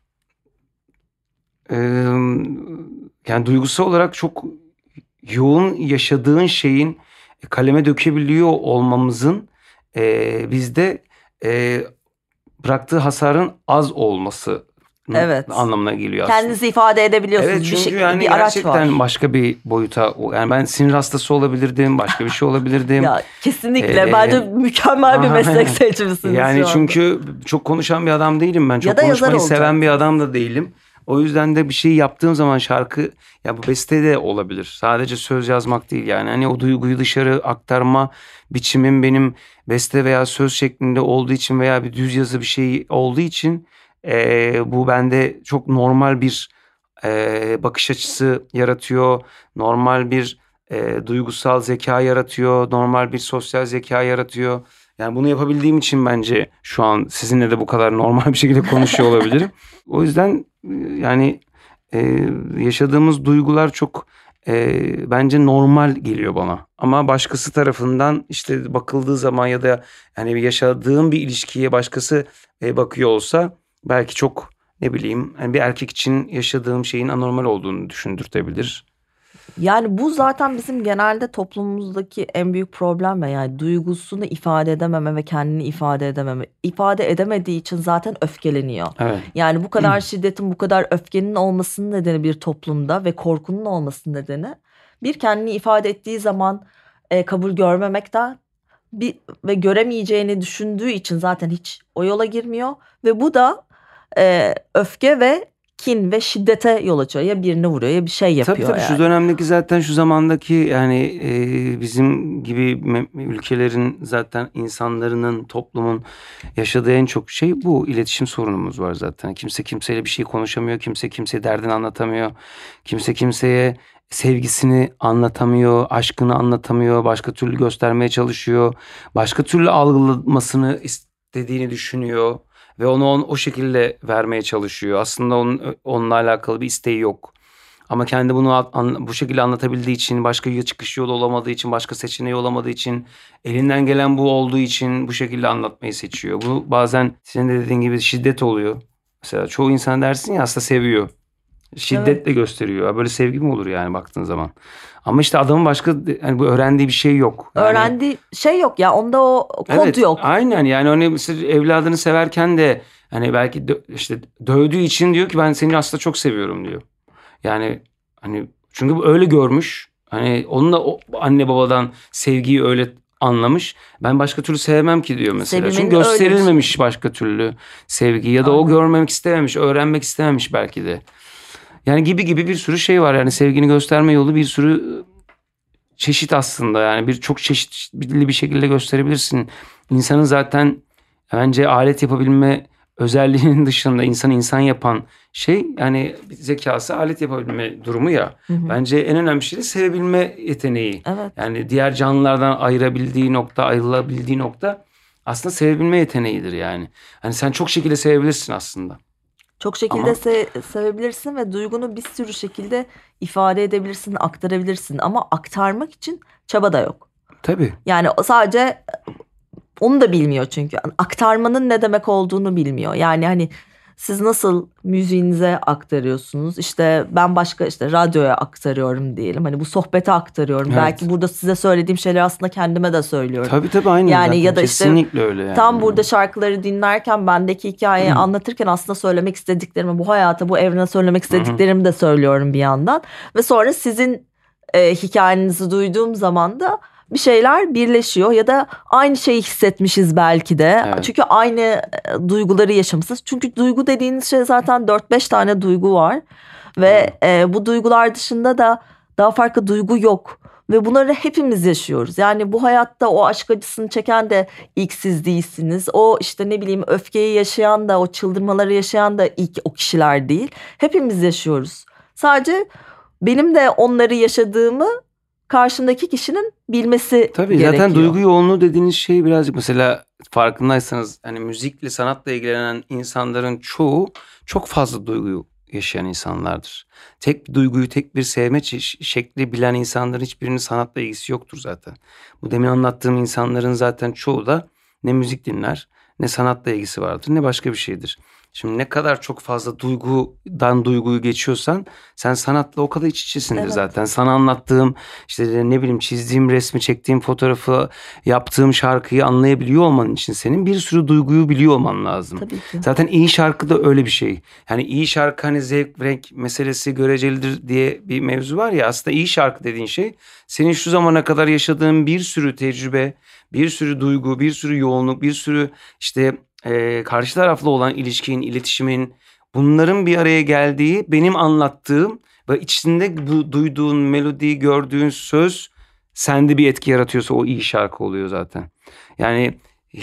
duygusal olarak çok yoğun yaşadığın şeyin kaleme dökebiliyor olmamızın bizde bıraktığı hasarın az olması anlamına geliyor aslında. Kendinizi ifade edebiliyorsunuz. Evet çünkü yani bir araç gerçekten var. Başka bir boyuta yani ben sinir hastası olabilirdim, başka bir şey olabilirdim. Ya kesinlikle bence mükemmel bir meslek seçmişsiniz yani çünkü çok konuşan bir adam değilim ben. Çok konuşmayı seven bir adam da değilim. O yüzden de bir şey yaptığım zaman şarkı ya bu beste de olabilir. Sadece söz yazmak değil yani. Hani o duyguyu dışarı aktarma biçimim benim beste veya söz şeklinde olduğu için veya bir düz yazı bir şey olduğu için bu bende çok normal bir bakış açısı yaratıyor. Normal bir duygusal zeka yaratıyor. Normal bir sosyal zeka yaratıyor. Yani bunu yapabildiğim için bence şu an sizinle de bu kadar normal bir şekilde konuşuyor olabilirim. O yüzden yani yaşadığımız duygular çok bence normal geliyor bana. Ama başkası tarafından işte bakıldığı zaman ya da yani yaşadığım bir ilişkiye başkası bakıyor olsa belki çok ne bileyim hani bir erkek için yaşadığım şeyin anormal olduğunu düşündürtebilir. Yani bu zaten bizim genelde toplumumuzdaki en büyük problem ya. Yani duygusunu ifade edememe ve kendini ifade edememe. İfade edemediği için zaten öfkeleniyor. Evet. Yani bu kadar şiddetin, bu kadar öfkenin olmasının nedeni bir toplumda ve korkunun olmasının nedeni bir kendini ifade ettiği zaman kabul görmemekten ve göremeyeceğini düşündüğü için zaten hiç o yola girmiyor ve bu da öfke ve kin ve şiddete yol açıyor. Ya birini vuruyor ya bir şey yapıyor. Tabii yani. Şu dönemdeki zaten şu zamandaki yani bizim gibi ülkelerin zaten insanların, toplumun yaşadığı en çok şey bu. İletişim sorunumuz var zaten. Kimse kimseyle bir şey konuşamıyor. Kimse kimseye derdini anlatamıyor. Kimse kimseye sevgisini anlatamıyor, aşkını anlatamıyor. Başka türlü göstermeye çalışıyor. Başka türlü algılamasını istediğini düşünüyor. Ve onu o şekilde vermeye çalışıyor. Aslında onunla alakalı bir isteği yok. Ama kendi bunu bu şekilde anlatabildiği için, başka çıkış yolu olamadığı için, başka seçeneği olamadığı için, elinden gelen bu olduğu için bu şekilde anlatmayı seçiyor. Bu bazen senin de dediğin gibi şiddet oluyor. Mesela çoğu insan dersin ya aslında seviyor. Şiddetle gösteriyor. Böyle sevgi mi olur yani baktığın zaman? Ama işte adamın başka hani bu öğrendiği bir şey yok. Yani, öğrendiği şey yok ya, onda o kod yok. Aynen yani hani mesela evladını severken de hani belki işte dövdüğü için diyor ki ben seni aslında çok seviyorum diyor. Yani hani çünkü bu öyle görmüş. Hani onun da anne babadan sevgiyi öyle anlamış. Ben başka türlü sevmem ki diyor mesela. Sevmenin Çünkü gösterilmemiş öyle. başka türlü sevgi ya da o görmemek istememiş, öğrenmek istememiş belki de. Yani gibi bir sürü şey var. Yani sevgini gösterme yolu bir sürü çeşit aslında. Yani çok çeşitli bir şekilde gösterebilirsin. İnsanın zaten bence alet yapabilme özelliğinin dışında insanı insan yapan şey yani zekası, alet yapabilme durumu ya. Bence en önemli şey de sevebilme yeteneği. Evet. Yani diğer canlılardan ayrılabildiği nokta aslında sevebilme yeteneğidir yani. Hani sen çok şekilde sevebilirsin aslında. Çok şekilde sevebilirsin ve duygunu bir sürü şekilde ifade edebilirsin, aktarabilirsin. Ama aktarmak için çaba da yok. Tabii. Yani sadece onu da bilmiyor çünkü. Aktarmanın ne demek olduğunu bilmiyor. Yani hani siz nasıl müziğinize aktarıyorsunuz? İşte ben başka işte radyoya aktarıyorum diyelim. Hani bu sohbete aktarıyorum. Evet. Belki burada size söylediğim şeyleri aslında kendime de söylüyorum. Tabii aynen. Yani zaten. ya da işte kesinlikle öyle yani. Tam burada şarkıları dinlerken bendeki hikayeyi anlatırken aslında söylemek istediklerimi, bu hayata, bu evrene söylemek istediklerimi de söylüyorum bir yandan. Ve sonra sizin hikayenizi duyduğum zaman da bir şeyler birleşiyor ya da aynı şeyi hissetmişiz belki de. Evet. Çünkü aynı duyguları yaşamışız. Çünkü duygu dediğiniz şey zaten 4-5 tane duygu var. Ve bu duygular dışında da daha farklı duygu yok. Ve bunları hepimiz yaşıyoruz. Yani bu hayatta o aşk acısını çeken de ilk siz değilsiniz. O işte ne bileyim öfkeyi yaşayan da, o çıldırmaları yaşayan da ilk o kişiler değil. Hepimiz yaşıyoruz. Sadece benim de onları yaşadığımı karşımdaki kişinin bilmesi Tabii, gerekiyor. zaten duygu yoğunluğu dediğiniz şey birazcık mesela farkındaysanız hani müzikle, sanatla ilgilenen insanların çoğu çok fazla duygu yaşayan insanlardır. Tek bir duyguyu, tek bir sevme şekli bilen insanların hiçbirinin sanatla ilgisi yoktur zaten. Bu demin anlattığım insanların zaten çoğu da ne müzik dinler, ne sanatla ilgisi vardır, ne başka bir şeydir. Şimdi ne kadar çok fazla duygudan duyguyu geçiyorsan sen sanatla o kadar iç içesindir zaten. Sana anlattığım işte ne bileyim çizdiğim resmi, çektiğim fotoğrafı, yaptığım şarkıyı anlayabiliyor olman için senin bir sürü duyguyu biliyor olman lazım. Tabii ki. Zaten iyi şarkı da öyle bir şey. Yani iyi şarkı hani zevk, renk meselesi görecelidir diye bir mevzu var ya, aslında iyi şarkı dediğin şey senin şu zamana kadar yaşadığın bir sürü tecrübe, bir sürü duygu, bir sürü yoğunluk, bir sürü işte karşı tarafla olan ilişkin, iletişimin, bunların bir araya geldiği benim anlattığım ve içinde bu duyduğun melodi, gördüğün söz sende bir etki yaratıyorsa o iyi şarkı oluyor zaten. Yani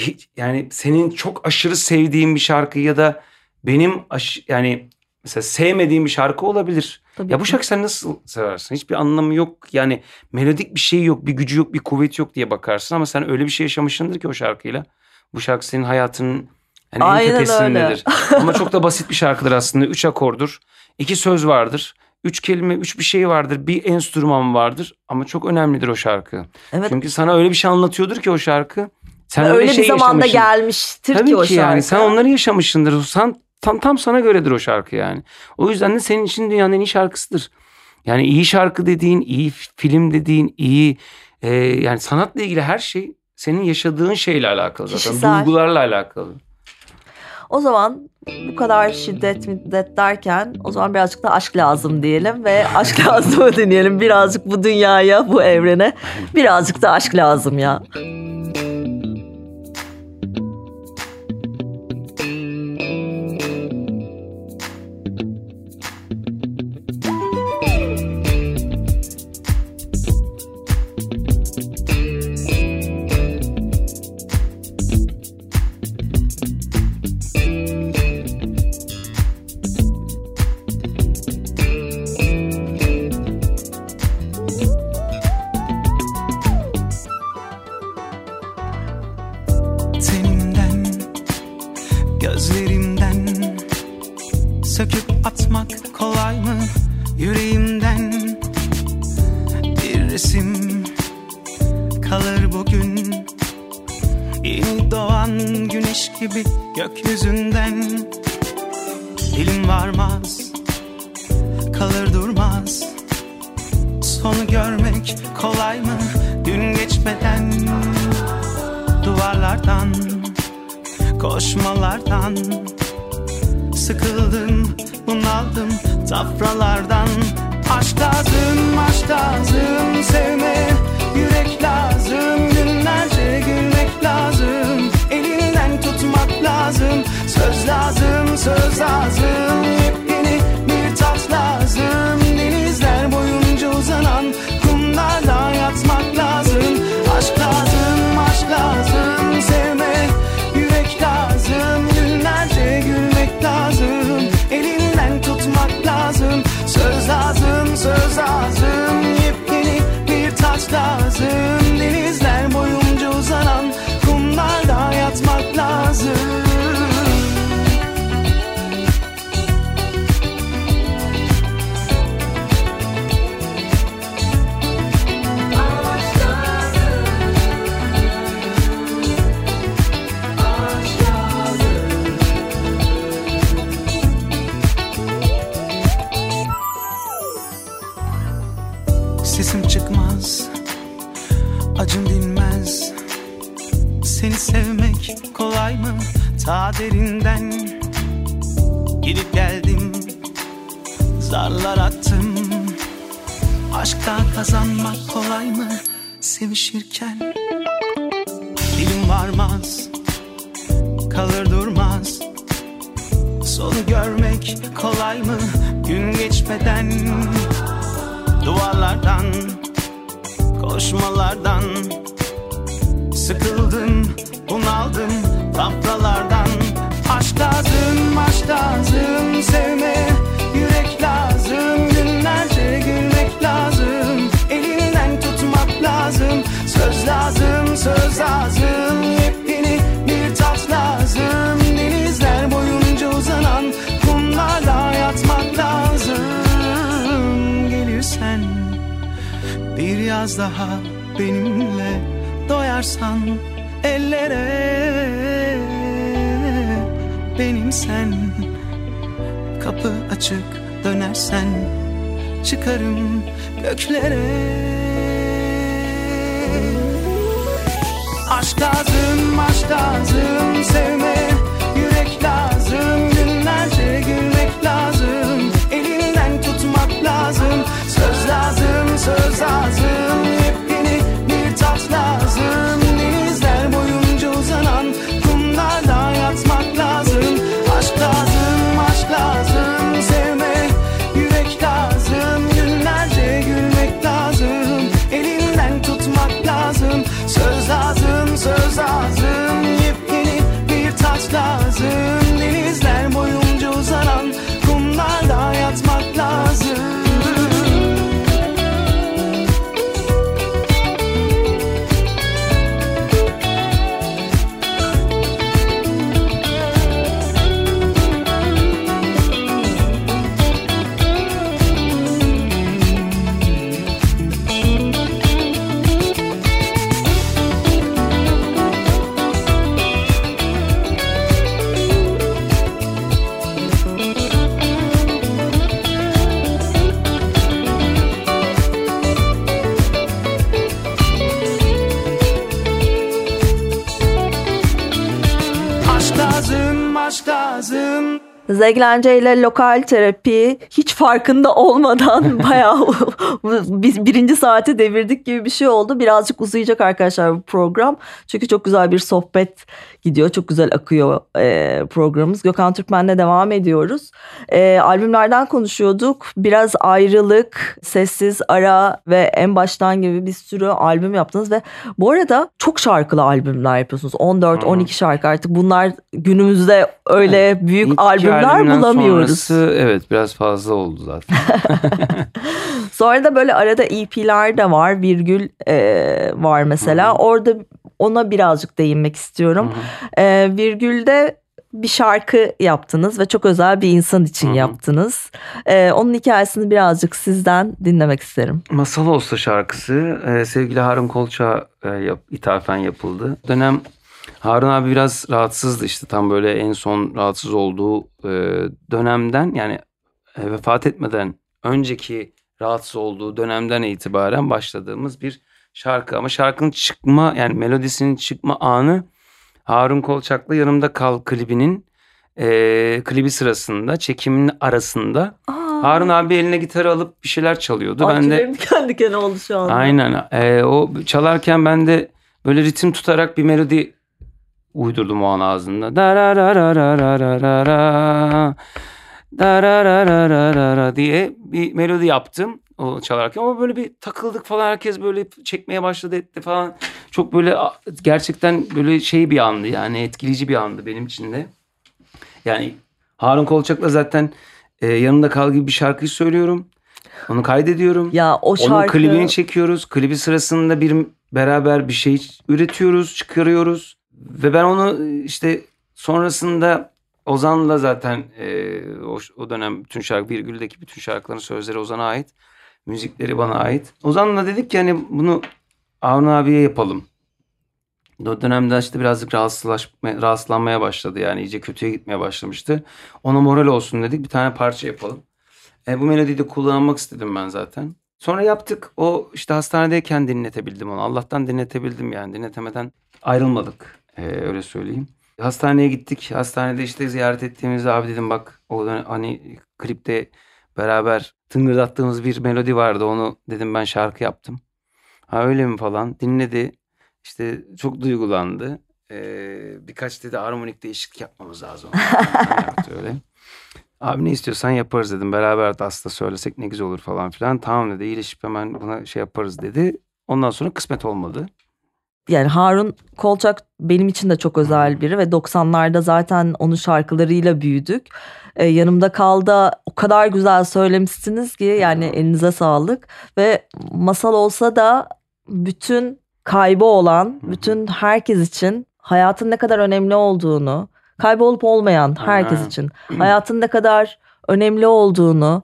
senin çok aşırı sevdiğin bir şarkı ya da benim yani mesela sevmediğim bir şarkı olabilir. Tabii ya ki. bu şarkı sen nasıl seversin? Hiçbir anlamı yok. Yani melodik bir şey yok, bir gücü yok, bir kuvveti yok diye bakarsın ama sen öyle bir şey yaşamışsındır ki o şarkıyla. Bu şarkı senin hayatının en tepesindedir. Ama çok da basit bir şarkıdır aslında. 3 akordur, 2 söz vardır, 3 kelime, 3 bir şey vardır, bir enstrüman vardır. Ama çok önemlidir o şarkı. Evet. Çünkü sana öyle bir şey anlatıyordur ki o şarkı. Sen öyle şey bir zamanda yaşamışsın. gelmiştir Tabii ki o şarkı. yani sen onları yaşamışsındır. Sen tam sana göredir o şarkı yani. O yüzden de senin için dünyanın en iyi şarkısıdır. Yani iyi şarkı dediğin, iyi film dediğin, iyi yani sanatla ilgili her şey senin yaşadığın şeyle alakalı zaten. Kişisel. Duygularla alakalı. O zaman bu kadar şiddet middet derken o zaman birazcık da aşk lazım diyelim ve aşk lazımı dinleyelim. Birazcık bu dünyaya, bu evrene birazcık da aşk lazım ya. Gözlerimden söküp atmak kolay mı? Yüreğimden bir resim kalır bugün. Yeni doğan güneş gibi gökyüzünden. Dilim varmaz, kalır durmaz. Sonu görmek kolay mı? Gün geçmeden duvarlardan, koşmalardan sıkıldım, bunaldım tafralardan. Aşk lazım, aşk lazım, sevme yürek lazım. Günlerce gülmek lazım, elinden tutmak lazım. Söz lazım, söz lazım, yepyeni bir tat lazım. Denizler boyunca uzanan kumlarla yatmak lazım. Aşk lazım, aşk lazım, sevme yürek lazım. Günlerce gülmek lazım, elinden tutmak lazım. Söz lazım, söz lazım, yepyeni bir tat lazım. Denizler boyunca uzanan kumlarla yatmak lazım. Sesim çıkmaz, acım dinmez. Seni sevmek kolay mı? Ta derinden gidip geldim, zarlar attım. Aşkta kazanmak kolay mı? Sevişirken dilim varmaz, kalır durmaz. Sonu görmek kolay mı? Gün geçmeden duvarlardan, koşmalardan sıkıldım, bunaldım tafralardan. Aşk lazım, aşk lazım, sevme yürek lazım. Günlerce gülmek lazım, elinden tutmak lazım. Söz lazım, söz lazım, yepyeni bir tat lazım. Denizler boyunca uzanan kumlarla yatmak lazım. Gelirsen bir yaz daha benimle, doyarsan ellere. Benimsen, kapı açık dönersen, çıkarım göklere. Aşk lazım, aşk lazım, sevme yürek lazım. Günlerce gülmek lazım, elinden tutmak lazım. Söz lazım, söz lazım, yepyeni bir tat lazım. Denizler boyunca uzanan kumlarla yatmak lazım. Aşk lazım, aşk lazım, sevme yürek lazım. Günlerce gülmek lazım, elinden tutmak lazım. Söz lazım, söz lazım, yepyeni bir tat lazım. Denizler boyunca uzanan kumlarla Zeglence ile lokal terapi hiç farkında olmadan bayağı biz birinci saati devirdik gibi bir şey oldu. Birazcık uzayacak arkadaşlar bu program. Çünkü çok güzel bir sohbet gidiyor. Çok güzel akıyor programımız. Gökhan Türkmen'le devam ediyoruz. Albümlerden konuşuyorduk. Biraz ayrılık, sessiz, ara ve en baştan gibi bir sürü albüm yaptınız ve bu arada çok şarkılı albümler yapıyorsunuz. 14-12 şarkı artık. Bunlar günümüzde öyle büyük İlk albümler bulamıyoruz. Sonrası, evet, biraz fazla oldu zaten. Sonra da böyle arada EP'ler de var. Virgül var mesela. Orada ona birazcık değinmek istiyorum. Virgül'de bir şarkı yaptınız ve çok özel bir insan için yaptınız. Onun hikayesini birazcık sizden dinlemek isterim. Masal Olsa şarkısı sevgili Harun Kolçak'a ithafen yapıldı. O dönem Harun abi biraz rahatsızdı, işte tam böyle en son rahatsız olduğu dönemden, yani vefat etmeden önceki rahatsız olduğu dönemden itibaren başladığımız bir şarkı. Ama şarkının çıkma, yani melodisinin çıkma anı Harun Kolçak'la Yanımda Kal klibinin klibi sırasında, çekimin arasında. Harun abi eline gitarı alıp bir şeyler çalıyordu. Ben de kendi kendine oldu şu anda. aynen o çalarken ben de böyle ritim tutarak bir melodi uydurdum o an ağzımda. Dararararara diye bir melodi yaptım o çalarken, ama böyle bir takıldık falan, herkes böyle çekmeye başladı etti falan. Çok böyle gerçekten böyle şey bir andı, yani etkileyici bir andı benim için de. Yani Harun Kolçak'la zaten Yanımda Kal gibi bir şarkıyı söylüyorum. Onu kaydediyorum. Ya o şarkı... Onun klibini çekiyoruz. Klibi sırasında beraber bir şey üretiyoruz, çıkarıyoruz. Ve ben onu işte sonrasında Ozan'la zaten o dönem bütün Virgül'deki bütün şarkıların sözleri Ozan'a ait. Müzikleri bana ait. Ozan'la dedik ki hani bunu Harun abiye yapalım. O dönemde işte birazcık rahatsızlanmaya başladı, yani iyice kötüye gitmeye başlamıştı. Ona moral olsun dedik, bir tane parça yapalım. Bu melodiyi de kullanmak istedim ben zaten. Sonra yaptık. O işte hastanedeyken dinletebildim onu. Allah'tan dinletebildim yani. Dinletemeden ayrılmadık. Öyle söyleyeyim. Hastaneye gittik. Hastanede işte ziyaret ettiğimizde abi dedim bak o hani klipte beraber tıngırdattığımız bir melodi vardı. Onu dedim ben şarkı yaptım. Ha öyle mi falan. Dinledi. İşte çok duygulandı. Birkaç dedi harmonik değişiklik yapmamız lazım. Yaptı öyle. Abi ne istiyorsan yaparız dedim. Beraber de aslında söylesek ne güzel olur falan filan. Tamam dedi, iyileşip hemen buna şey yaparız dedi. Ondan sonra kısmet olmadı. Yani Harun Kolçak benim için de çok özel biri ve 90'larda zaten onun şarkılarıyla büyüdük. Yanımda Kal'da o kadar güzel söylemişsiniz ki yani elinize sağlık. Ve Masal Olsa da bütün kaybı olan, bütün herkes için hayatın ne kadar önemli olduğunu, kaybolup olmayan herkes için hayatın ne kadar önemli olduğunu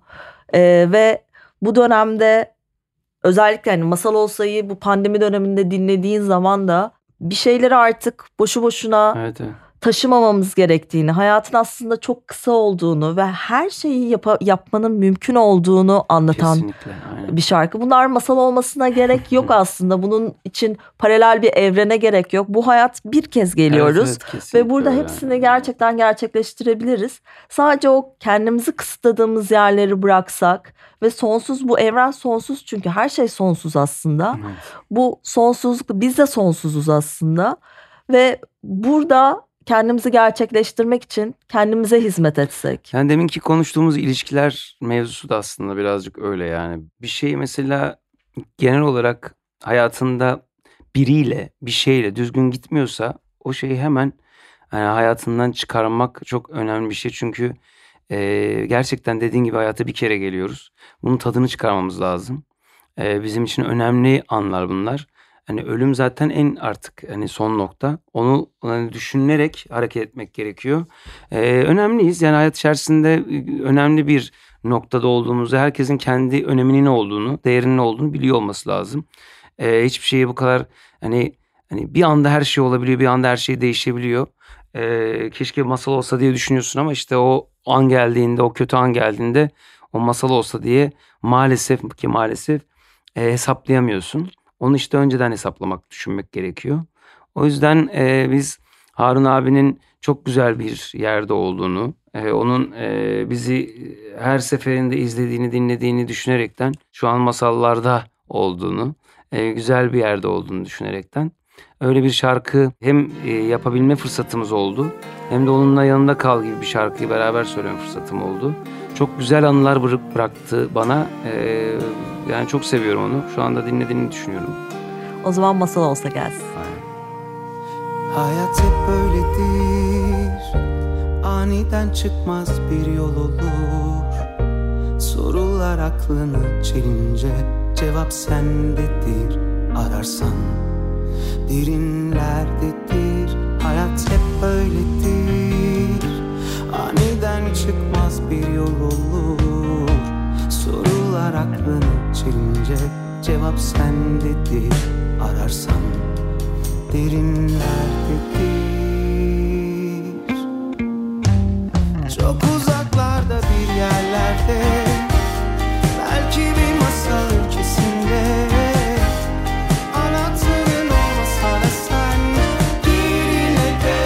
ve bu dönemde özellikle hani Masal Olsa'yı bu pandemi döneminde dinlediğin zaman da bir şeyleri artık boşu boşuna Evet. taşımamamız gerektiğini, hayatın aslında çok kısa olduğunu ve her şeyi yapmanın mümkün olduğunu anlatan bir şarkı. Bunlar masal olmasına gerek yok aslında. Bunun için paralel bir evrene gerek yok. Bu hayat bir kez geliyoruz ve burada hepsini gerçekten gerçekleştirebiliriz. Sadece o kendimizi kısıtladığımız yerleri bıraksak ve sonsuz, bu evren sonsuz çünkü her şey sonsuz aslında. Evet. Bu sonsuzluk, biz de sonsuzuz aslında ve burada kendimizi gerçekleştirmek için kendimize hizmet etsek. Yani deminki konuştuğumuz ilişkiler mevzusu da aslında birazcık öyle yani. Bir şey mesela genel olarak hayatında biriyle, bir şeyle düzgün gitmiyorsa o şeyi hemen yani hayatından çıkarmak çok önemli bir şey. Çünkü gerçekten dediğin gibi hayata bir kere geliyoruz. Bunun tadını çıkarmamız lazım. Bizim için önemli anlar bunlar. Hani ölüm zaten en artık hani son nokta. Onu hani düşünülerek hareket etmek gerekiyor. Önemliyiz. Yani hayat içerisinde önemli bir noktada olduğumuzu, herkesin kendi öneminin ne olduğunu, değerinin ne olduğunu biliyor olması lazım. Hiçbir şeye bu kadar hani bir anda her şey olabiliyor, bir anda her şey değişebiliyor. Keşke masal olsa diye düşünüyorsun ama işte o an geldiğinde, o kötü an geldiğinde o masal olsa diye maalesef hesaplayamıyorsun. Onu işte önceden hesaplamak, düşünmek gerekiyor. O yüzden biz Harun abinin çok güzel bir yerde olduğunu, Onun bizi her seferinde izlediğini, dinlediğini düşünerekten şu an masallarda olduğunu, güzel bir yerde olduğunu düşünerekten öyle bir şarkı hem yapabilme fırsatımız oldu hem de onunla yanında kal gibi bir şarkıyı beraber söyleme fırsatım oldu. Çok güzel anılar bıraktı bana. Yani çok seviyorum onu. Şu anda dinlediğini düşünüyorum. O zaman masal olsa gelsin. Aynen. Hayat hep böyledir. Aniden çıkmaz bir yol olur. Sorular aklını çelince cevap sendedir. Ararsan derinlerdedir. Hayat hep böyledir. Aniden çıkmaz bir yol olur. Sorular aklını çelince cevap sendedir. Ararsan derinlerdedir. Çok uzaklarda bir yerlerde, belki bir masal ülkesinde, anahtarın olmasa da sen gir yine de.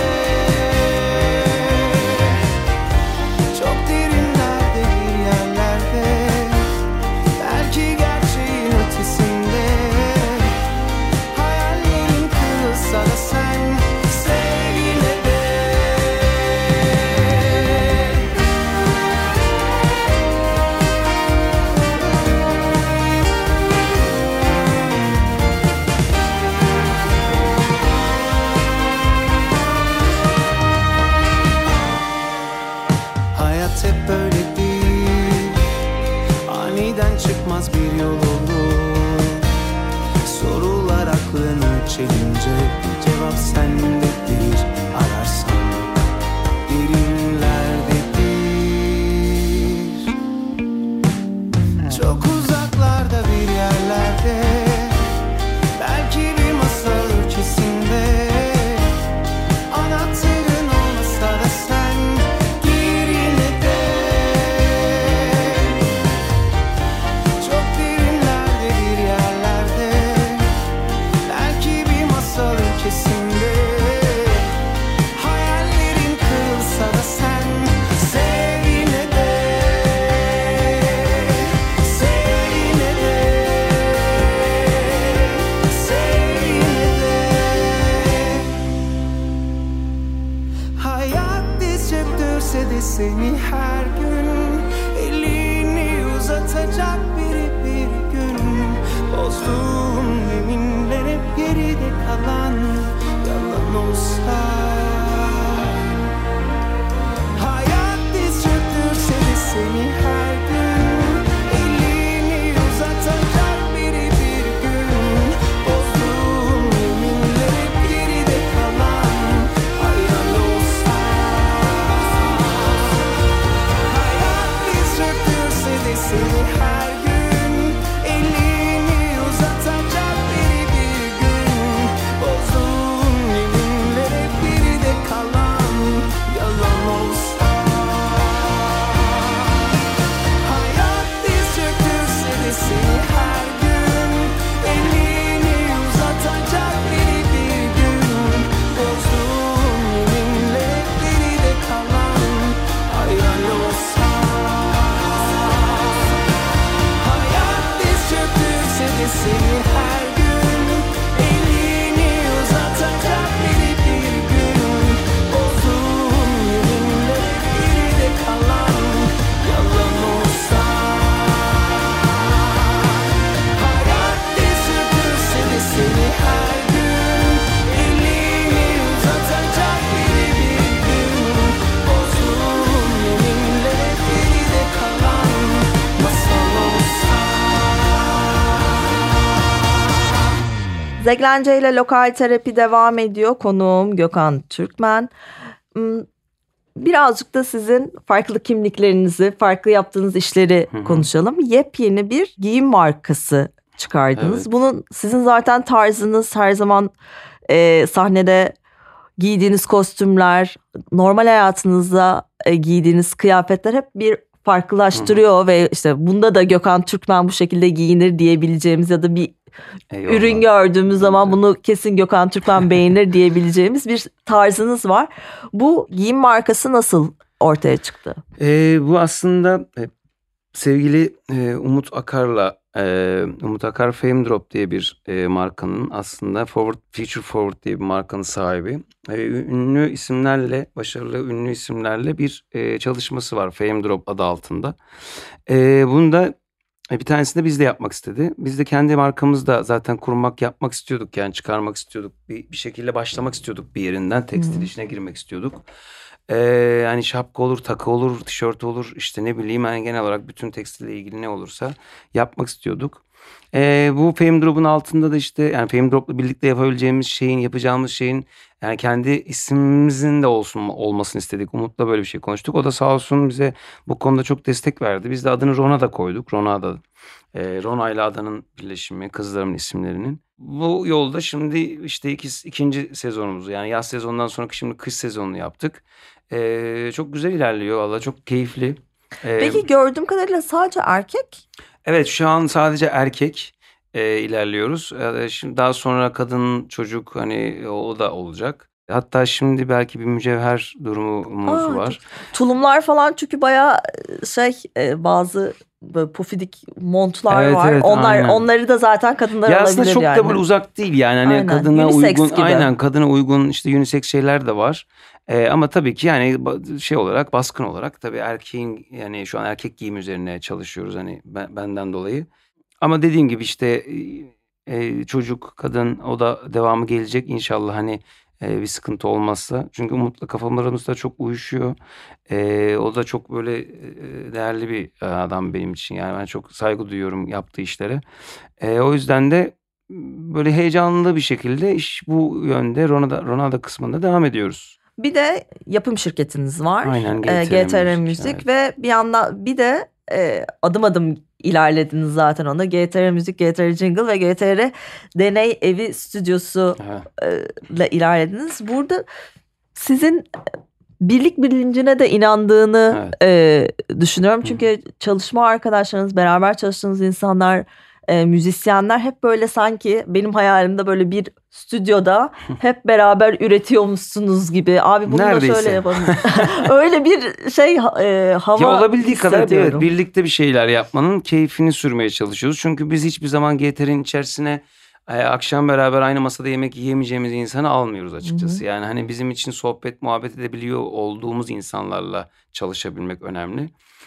Çok derinlerde bir yerlerde, belki gerçeğin ötesinde, hayallerin kırılsa da sen sev yine de. Hayat hep böyledir. Aniden çıkmaz bir yol olur. Sorular aklını çelince cevap sendedir. Ararsan derinlerdedir. Çok uzaklarda bir yerlerde, belki bir masal ülkesinde, anahtarın olmasa da sen gir yine de. Çok derinlerde bir yerlerde, belki bir masal ülkesinde, hayallerin kırılsa da sen sev yine de. Sev yine de. Sev yine de. Hayat diz çöktürse de seni her gün, elini uzatacak biri bir gün. Bozduğum yeminler hep geride kalan yalan olsa. Hayat diz çöktürse de seni her gün, elini uzatacak biri bir gün. Bozduğum yeminler hep geride kalan hayal olsa. Hayat diz çöktürse de seni her gün, elini uzatacak biri bir gün. Bozduğum yeminler hep geride kalan yalan olsa. Hayat diz çöktürse de seni her gün, elini uzatacak biri bir gün. Bozduğum yeminler hep geride kalan hayal olsa. Hayat diz çöktürse de seni her gün, elini uzatacak biri bir gün. Bozduğum yeminler hep geride kalan yalan olsa. Hayat diz çöktürse de seni her gün, elini uzatacak biri bir gün. Bozduğum yeminler hep geride kalan masal olsa. Zeglence ile Lokal Terapi devam ediyor. Konuğum Gökhan Türkmen. Birazcık da sizin farklı kimliklerinizi, farklı yaptığınız işleri konuşalım. Yepyeni bir giyim markası çıkardınız. Evet. Bunun sizin zaten tarzınız her zaman sahnede giydiğiniz kostümler, normal hayatınızda giydiğiniz kıyafetler hep bir farklılaştırıyor ve işte bunda da Gökhan Türkmen bu şekilde giyinir diyebileceğimiz ya da bir Eyvallah. ürün gördüğümüz zaman bunu kesin Gökhan Türkmen beğenir diyebileceğimiz bir tarzınız var. Bu giyim markası nasıl ortaya çıktı? Bu aslında sevgili Umut Akar Fame Drop diye bir markanın aslında Future Forward diye bir markanın sahibi. Ünlü isimlerle, başarılı ünlü isimlerle bir çalışması var Fame Drop adı altında. Bunu da bir tanesini de biz de yapmak istedi. Biz de kendi markamızda zaten yapmak istiyorduk, yani çıkarmak istiyorduk. Bir şekilde başlamak istiyorduk bir yerinden. Tekstil işine girmek istiyorduk. Yani şapka olur, takı olur, tişört olur, işte ne bileyim, yani genel olarak bütün tekstille ilgili ne olursa yapmak istiyorduk. Bu Fame Drop'un altında da işte, yani Fame Drop'la birlikte yapacağımız şeyin yani kendi ismimizin de olmasını istedik. Umut'la böyle bir şey konuştuk. O da sağ olsun bize bu konuda çok destek verdi. Biz de adını Rona da koyduk. Rona da Rona ile Ada'nın birleşimi, kızlarımın isimlerinin. Bu yolda şimdi işte ikinci sezonumuzu, yani yaz sezonundan sonraki şimdi kış sezonunu yaptık. Çok güzel ilerliyor valla, çok keyifli. Peki gördüğüm kadarıyla sadece erkek? Evet, şu an sadece erkek ilerliyoruz. Şimdi daha sonra kadın, çocuk, hani o da olacak. Hatta şimdi belki bir mücevher durumumuz var. Tulumlar falan, çünkü bayağı bazı böyle pufidik montlar Evet, var. evet, aynen. Onları da zaten kadınlar Ya alabilir aslında çok yani. da böyle uzak değil yani, hani Aynen, kadına unisex uygun, gibi. aynen kadına uygun işte unisex şeyler de var. Ama tabii ki yani şey olarak, baskın olarak tabii erkeğin, yani şu an erkek giyim üzerine çalışıyoruz hani benden dolayı. Ama dediğim gibi işte çocuk, kadın, o da devamı gelecek inşallah, hani bir sıkıntı olmazsa. Çünkü Umut'la kafalarımız da çok uyuşuyor. O da çok böyle değerli bir adam benim için. Yani ben çok saygı duyuyorum yaptığı işlere. O yüzden de böyle heyecanlı bir şekilde iş bu yönde Ronaldo kısmında devam ediyoruz. Bir de yapım şirketiniz var. Aynen, GTR Müzik, evet. ve bir yandan bir de adım adım ilerlediniz zaten ona. GTR Müzik, GTR Jingle ve GTR Deney Evi Stüdyosu ile ilerlediniz. Burada sizin birlik bilincine de inandığını düşünüyorum. Çünkü çalışma arkadaşlarınız, beraber çalıştığınız insanlar, müzisyenler hep böyle sanki benim hayalimde böyle bir stüdyoda hep beraber üretiyormuşsunuz gibi. Abi bunu neredeyse da şöyle yapalım. Öyle bir hava ya olabildiği kadar hissediyorum. birlikte bir şeyler yapmanın keyfini sürmeye çalışıyoruz. Çünkü biz hiçbir zaman GTR'nin içerisine akşam beraber aynı masada yemek yiyemeyeceğimiz insanı almıyoruz açıkçası. Yani hani bizim için sohbet, muhabbet edebiliyor olduğumuz insanlarla çalışabilmek önemli.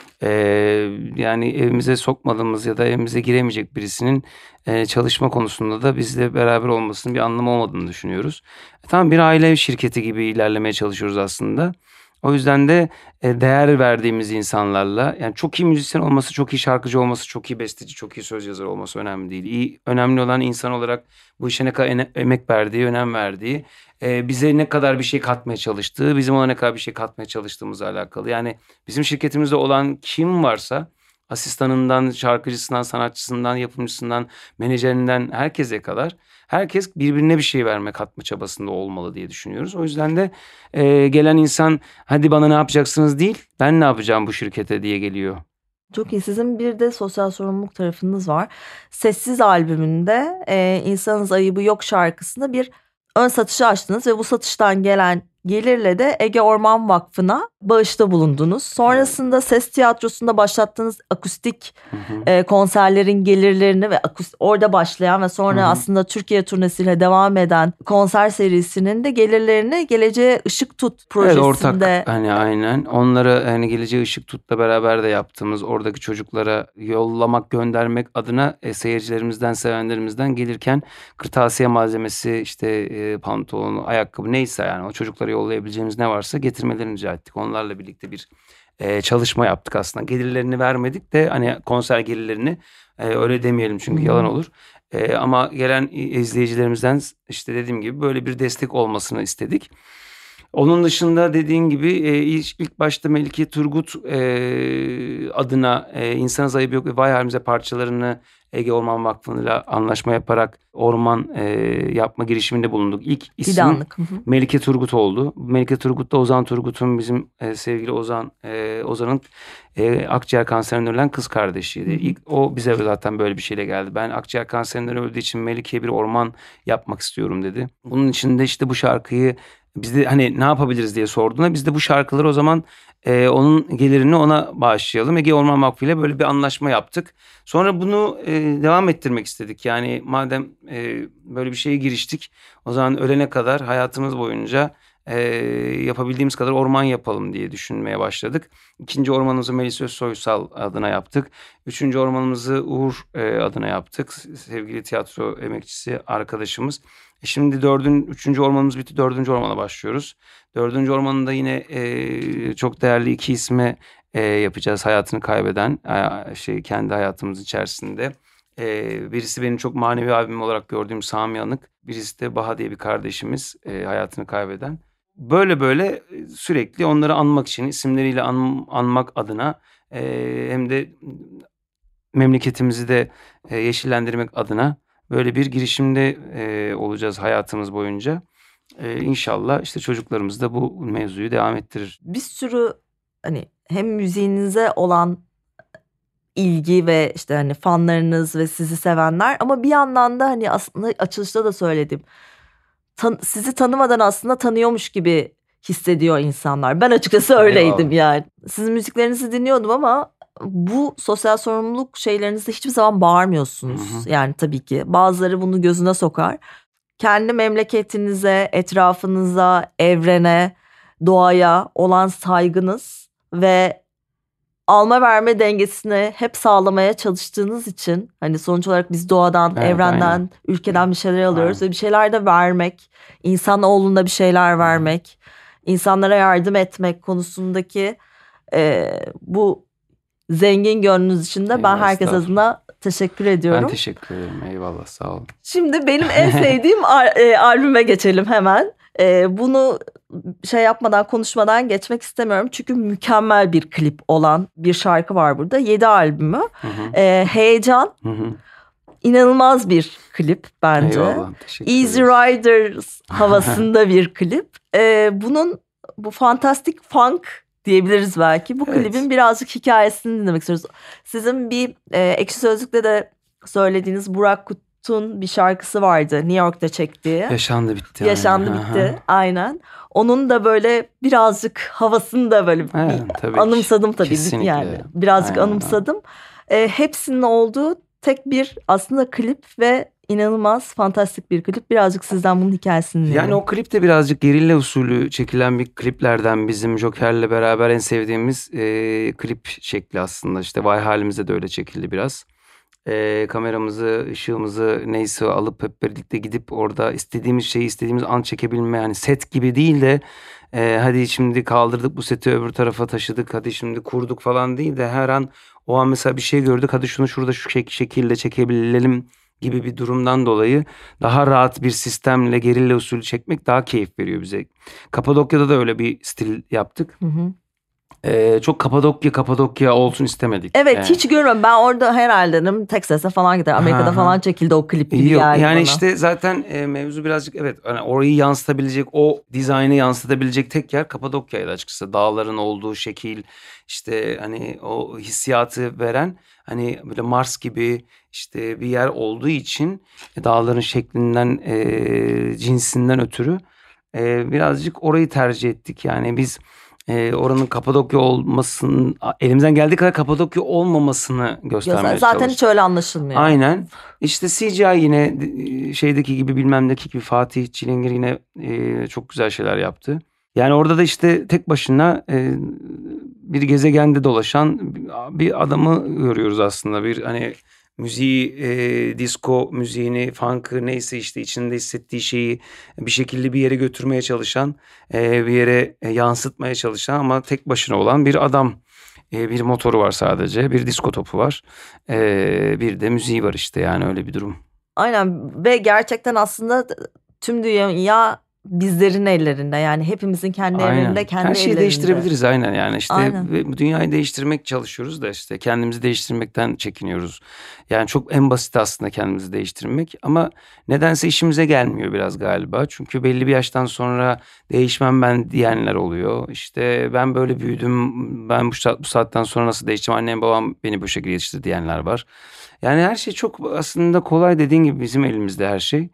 Yani evimize sokmadığımız ya da evimize giremeyecek birisinin çalışma konusunda da bizle beraber olmasının bir anlamı olmadığını düşünüyoruz. Tam bir aile şirketi gibi ilerlemeye çalışıyoruz aslında. O yüzden de değer verdiğimiz insanlarla, yani çok iyi müzisyen olması, çok iyi şarkıcı olması, çok iyi besteci, çok iyi söz yazarı olması önemli değil. Önemli olan insan olarak bu işe ne kadar emek verdiği, önem verdiği, bize ne kadar bir şey katmaya çalıştığı, bizim ona ne kadar bir şey katmaya çalıştığımızla alakalı. Yani bizim şirketimizde olan kim varsa, asistanından, şarkıcısından, sanatçısından, yapımcısından, menajerinden herkese kadar, herkes birbirine bir şey katma çabasında olmalı diye düşünüyoruz. O yüzden de gelen insan hadi bana ne yapacaksınız değil, ben ne yapacağım bu şirkete diye geliyor. Çok iyi. Sizin bir de sosyal sorumluluk tarafınız var. Sessiz albümünde İnsanız Ayıbı Yok şarkısında bir ön satışı açtınız ve bu satıştan gelen gelirle de Ege Orman Vakfı'na bağışta bulundunuz. Sonrasında Ses Tiyatrosu'nda başlattığınız akustik konserlerin gelirlerini ve orada başlayan ve sonra aslında Türkiye turnesiyle devam eden konser serisinin de gelirlerini Geleceğe Işık Tut projesinde. Evet, ortak hani aynen. Onları hani Geleceğe Işık Tut'la beraber de yaptığımız, oradaki çocuklara yollamak, göndermek adına seyircilerimizden, sevenlerimizden gelirken kırtasiye malzemesi, işte pantolon, ayakkabı, neyse yani o çocuklara yollayabileceğimiz ne varsa getirmelerini rica ettik. Onlarla birlikte bir çalışma yaptık aslında. Gelirlerini vermedik de hani konser gelirlerini öyle demeyelim çünkü yalan olur. Ama gelen izleyicilerimizden işte dediğim gibi böyle bir destek olmasını istedik. Onun dışında dediğin gibi ilk başta Melike Turgut adına İnsanız Ayıbı Yok ve Vay Halimize parçalarını Ege Orman Vakfı'yla anlaşma yaparak orman yapma girişiminde bulunduk. İlk isim Fidanlık. Melike Turgut oldu. Melike Turgut da Ozan Turgut'un, bizim sevgili Ozan'ın akciğer kanserinden ölen kız kardeşiydi. İlk o bize zaten böyle bir şeyle geldi. Ben akciğer kanserinden öldüğü için Melike'ye bir orman yapmak istiyorum dedi. Bunun için de işte bu şarkıyı Biz de hani ne yapabiliriz diye sorduğunda biz de bu şarkıları o zaman onun gelirini ona bağışlayalım. Ege Orman Vakfı ile böyle bir anlaşma yaptık. Sonra bunu devam ettirmek istedik. Yani madem böyle bir şeye giriştik, o zaman ölene kadar hayatımız boyunca yapabildiğimiz kadar orman yapalım diye düşünmeye başladık. İkinci ormanımızı Melis Özsoysal adına yaptık. Üçüncü ormanımızı Uğur adına yaptık. Sevgili tiyatro emekçisi arkadaşımız. Şimdi üçüncü ormanımız bitti. Dördüncü ormana başlıyoruz. Dördüncü ormanında yine çok değerli iki isme yapacağız hayatını kaybeden kendi hayatımız içerisinde. Birisi benim çok manevi abim olarak gördüğüm Sami Yanık. Birisi de Baha diye bir kardeşimiz hayatını kaybeden. Böyle sürekli onları anmak için, isimleriyle anmak adına hem de memleketimizi de yeşillendirmek adına böyle bir girişimde olacağız hayatımız boyunca. İnşallah işte çocuklarımız da bu mevzuyu devam ettirir. Bir sürü hani hem müziğinize olan ilgi ve işte hani fanlarınız ve sizi sevenler, ama bir yandan da hani aslında açılışta da söyledim. Sizi tanımadan aslında tanıyormuş gibi hissediyor insanlar. Ben açıkçası öyleydim. Eyvallah. Yani. Sizin müziklerinizi dinliyordum ama bu sosyal sorumluluk şeylerinizde hiçbir zaman bağırmıyorsunuz. Yani tabii ki bazıları bunu gözüne sokar. Kendi memleketinize, etrafınıza, evrene, doğaya olan saygınız ve alma verme dengesini hep sağlamaya çalıştığınız için, hani sonuç olarak biz doğadan, Evet, evrenden, aynen. ülkeden bir şeyler alıyoruz Aynen. ve bir şeyler de vermek, insanoğluna bir şeyler vermek, insanlara yardım etmek konusundaki bu zengin gönlünüz için de ben Eyvallah, herkes estağfurullah. adına teşekkür ediyorum. Ben teşekkür ederim. Eyvallah, sağ olun. Şimdi benim en sevdiğim albüme geçelim hemen. Bunu yapmadan, konuşmadan geçmek istemiyorum. Çünkü mükemmel bir klip olan bir şarkı var burada. 7 albümü. Heyecan. İnanılmaz bir klip bence. Eyvallah, teşekkür Easy ederiz. Riders havasında bir klip. Bu fantastik funk diyebiliriz belki. Bu Evet. klibin birazcık hikayesini dinlemek istiyoruz. Sizin bir Ekşi Sözlük'te de söylediğiniz Burak Kut'un bir şarkısı vardı. New York'ta çektiği. Yaşandı bitti. Yaşandı aynen. bitti. Aynen. Onun da böyle birazcık havasını da böyle Evet, bir tabii ki. anımsadım tabii. Kesinlikle. Yani birazcık Aynen. anımsadım. Hepsinin olduğu tek bir aslında klip ve inanılmaz fantastik bir klip. Birazcık sizden bunun hikayesini dinleyelim. Yani o klip de birazcık gerilla usulü çekilen bir kliplerden, bizim Joker'le beraber en sevdiğimiz klip şekli aslında. İşte Vay Halimize de öyle çekildi biraz. Kameramızı, ışığımızı neyse alıp hep birlikte gidip orada istediğimiz şeyi istediğimiz an çekebilme, yani set gibi değil de hadi şimdi kaldırdık bu seti öbür tarafa taşıdık, hadi şimdi kurduk falan değil de her an o an mesela bir şey gördük, hadi şunu şurada şu şekilde çekebilelim gibi bir durumdan dolayı daha rahat bir sistemle gerilla usulü çekmek daha keyif veriyor bize. Kapadokya'da da öyle bir stil yaptık. Çok Kapadokya olsun istemedik. Evet, hiç görmüyorum. Ben orada herhalde dedim Texas'a falan gider. Amerika'da falan çekildi o klip gibi Yok, geldi yani bana. işte zaten mevzu birazcık hani orayı yansıtabilecek, o dizaynı yansıtabilecek tek yer Kapadokya'ydı açıkçası. Dağların olduğu şekil, işte hani o hissiyatı veren, hani böyle Mars gibi işte bir yer olduğu için dağların şeklinden, cinsinden ötürü birazcık orayı tercih ettik. Yani biz oranın Kapadokya olmasının, elimizden geldiği kadar Kapadokya olmamasını göstermeye Zaten çalıştık. hiç öyle anlaşılmıyor. Aynen. İşte CGI yine şeydeki gibi, bilmemdeki gibi Fatih Çilingir yine çok güzel şeyler yaptı. Yani orada da işte tek başına bir gezegende dolaşan bir adamı görüyoruz aslında. Bir hani müziği, disco müziğini, funk'ı neyse işte içinde hissettiği şeyi bir şekilde bir yere götürmeye çalışan, bir yere yansıtmaya çalışan ama tek başına olan bir adam. Bir motoru var sadece, bir disko topu var, bir de müziği var işte, yani öyle bir durum. Aynen, ve gerçekten aslında tüm dünya bizlerin ellerinde, yani hepimizin kendi Aynen. evlerinde, kendi Her şeyi ellerinde. değiştirebiliriz aynen, yani işte Aynen. bu dünyayı değiştirmek çalışıyoruz da işte kendimizi değiştirmekten çekiniyoruz. Yani çok en basit aslında kendimizi değiştirmek, ama nedense işimize gelmiyor biraz galiba. Çünkü belli bir yaştan sonra değişmem ben diyenler oluyor. İşte ben böyle büyüdüm, ben bu saatten sonra nasıl değişeceğim, annem babam beni bu şekilde yetiştirdi diyenler var. Yani her şey çok aslında kolay, dediğin gibi bizim elimizde her şey.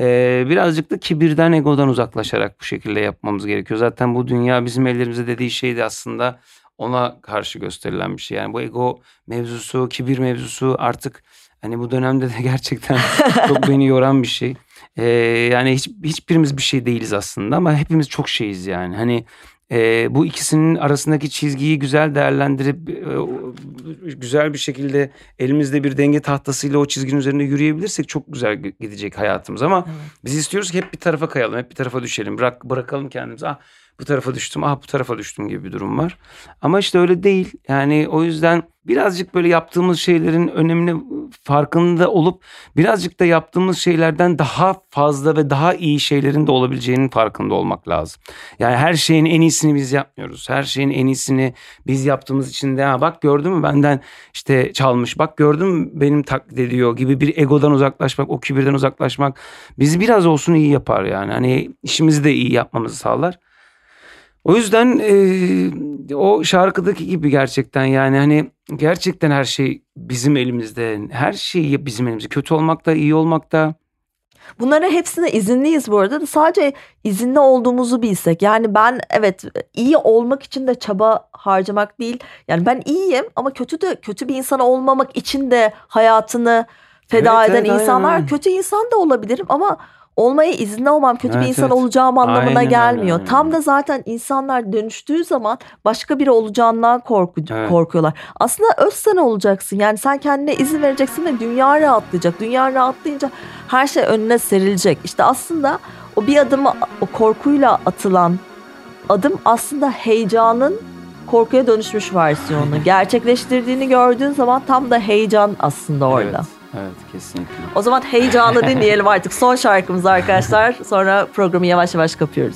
birazcık da kibirden, egodan uzaklaşarak bu şekilde yapmamız gerekiyor. Zaten bu dünya bizim ellerimizde dediği şey de aslında ona karşı gösterilen bir şey. Yani bu ego mevzusu, kibir mevzusu artık hani bu dönemde de gerçekten çok beni yoran bir şey. Yani hiçbirimiz bir şey değiliz aslında ama hepimiz çok şeyiz yani. Hani bu ikisinin arasındaki çizgiyi güzel değerlendirip güzel bir şekilde elimizde bir denge tahtasıyla o çizginin üzerinde yürüyebilirsek çok güzel gidecek hayatımız. Ama biz istiyoruz ki hep bir tarafa kayalım, hep bir tarafa düşelim. Bırakalım kendimizi. Bu tarafa düştüm, bu tarafa düştüm gibi bir durum var. Ama işte öyle değil. Yani o yüzden birazcık böyle yaptığımız şeylerin önemini farkında olup birazcık da yaptığımız şeylerden daha fazla ve daha iyi şeylerin de olabileceğinin farkında olmak lazım. Yani her şeyin en iyisini biz yapmıyoruz. Her şeyin en iyisini biz yaptığımız için de bak gördün mü benden işte çalmış, bak gördün mü benim taklit ediyor gibi bir egodan uzaklaşmak, o kibirden uzaklaşmak bizi biraz olsun iyi yapar yani. Hani işimizi de iyi yapmamızı sağlar. O yüzden o şarkıdaki gibi gerçekten yani hani gerçekten her şey bizim elimizde. Her şey bizim elimizde. Kötü olmak da, iyi olmak da. Bunların hepsine izinliyiz bu arada. Sadece izinli olduğumuzu bilsek. Yani ben evet iyi olmak için de çaba harcamak değil. Yani ben iyiyim ama kötü bir insan olmamak için de hayatını feda eden insanlar. Aynen. Kötü insan da olabilirim ama olmaya izinli olmam kötü bir insan olacağım anlamına gelmiyor. Aynen. Tam da zaten insanlar dönüştüğü zaman başka biri olacağından korkuyorlar. Aslında öz sen olacaksın. Yani sen kendine izin vereceksin ve dünya rahatlayacak. Dünya rahatlayınca her şey önüne serilecek. İşte aslında o bir adımı o korkuyla atılan adım aslında heyecanın korkuya dönüşmüş versiyonu. Gerçekleştirdiğini gördüğün zaman tam da heyecan aslında orada. Evet. Evet kesinlikle. O zaman heyecanlı dinleyelim artık son şarkımız arkadaşlar. Sonra programı yavaş yavaş kapıyoruz.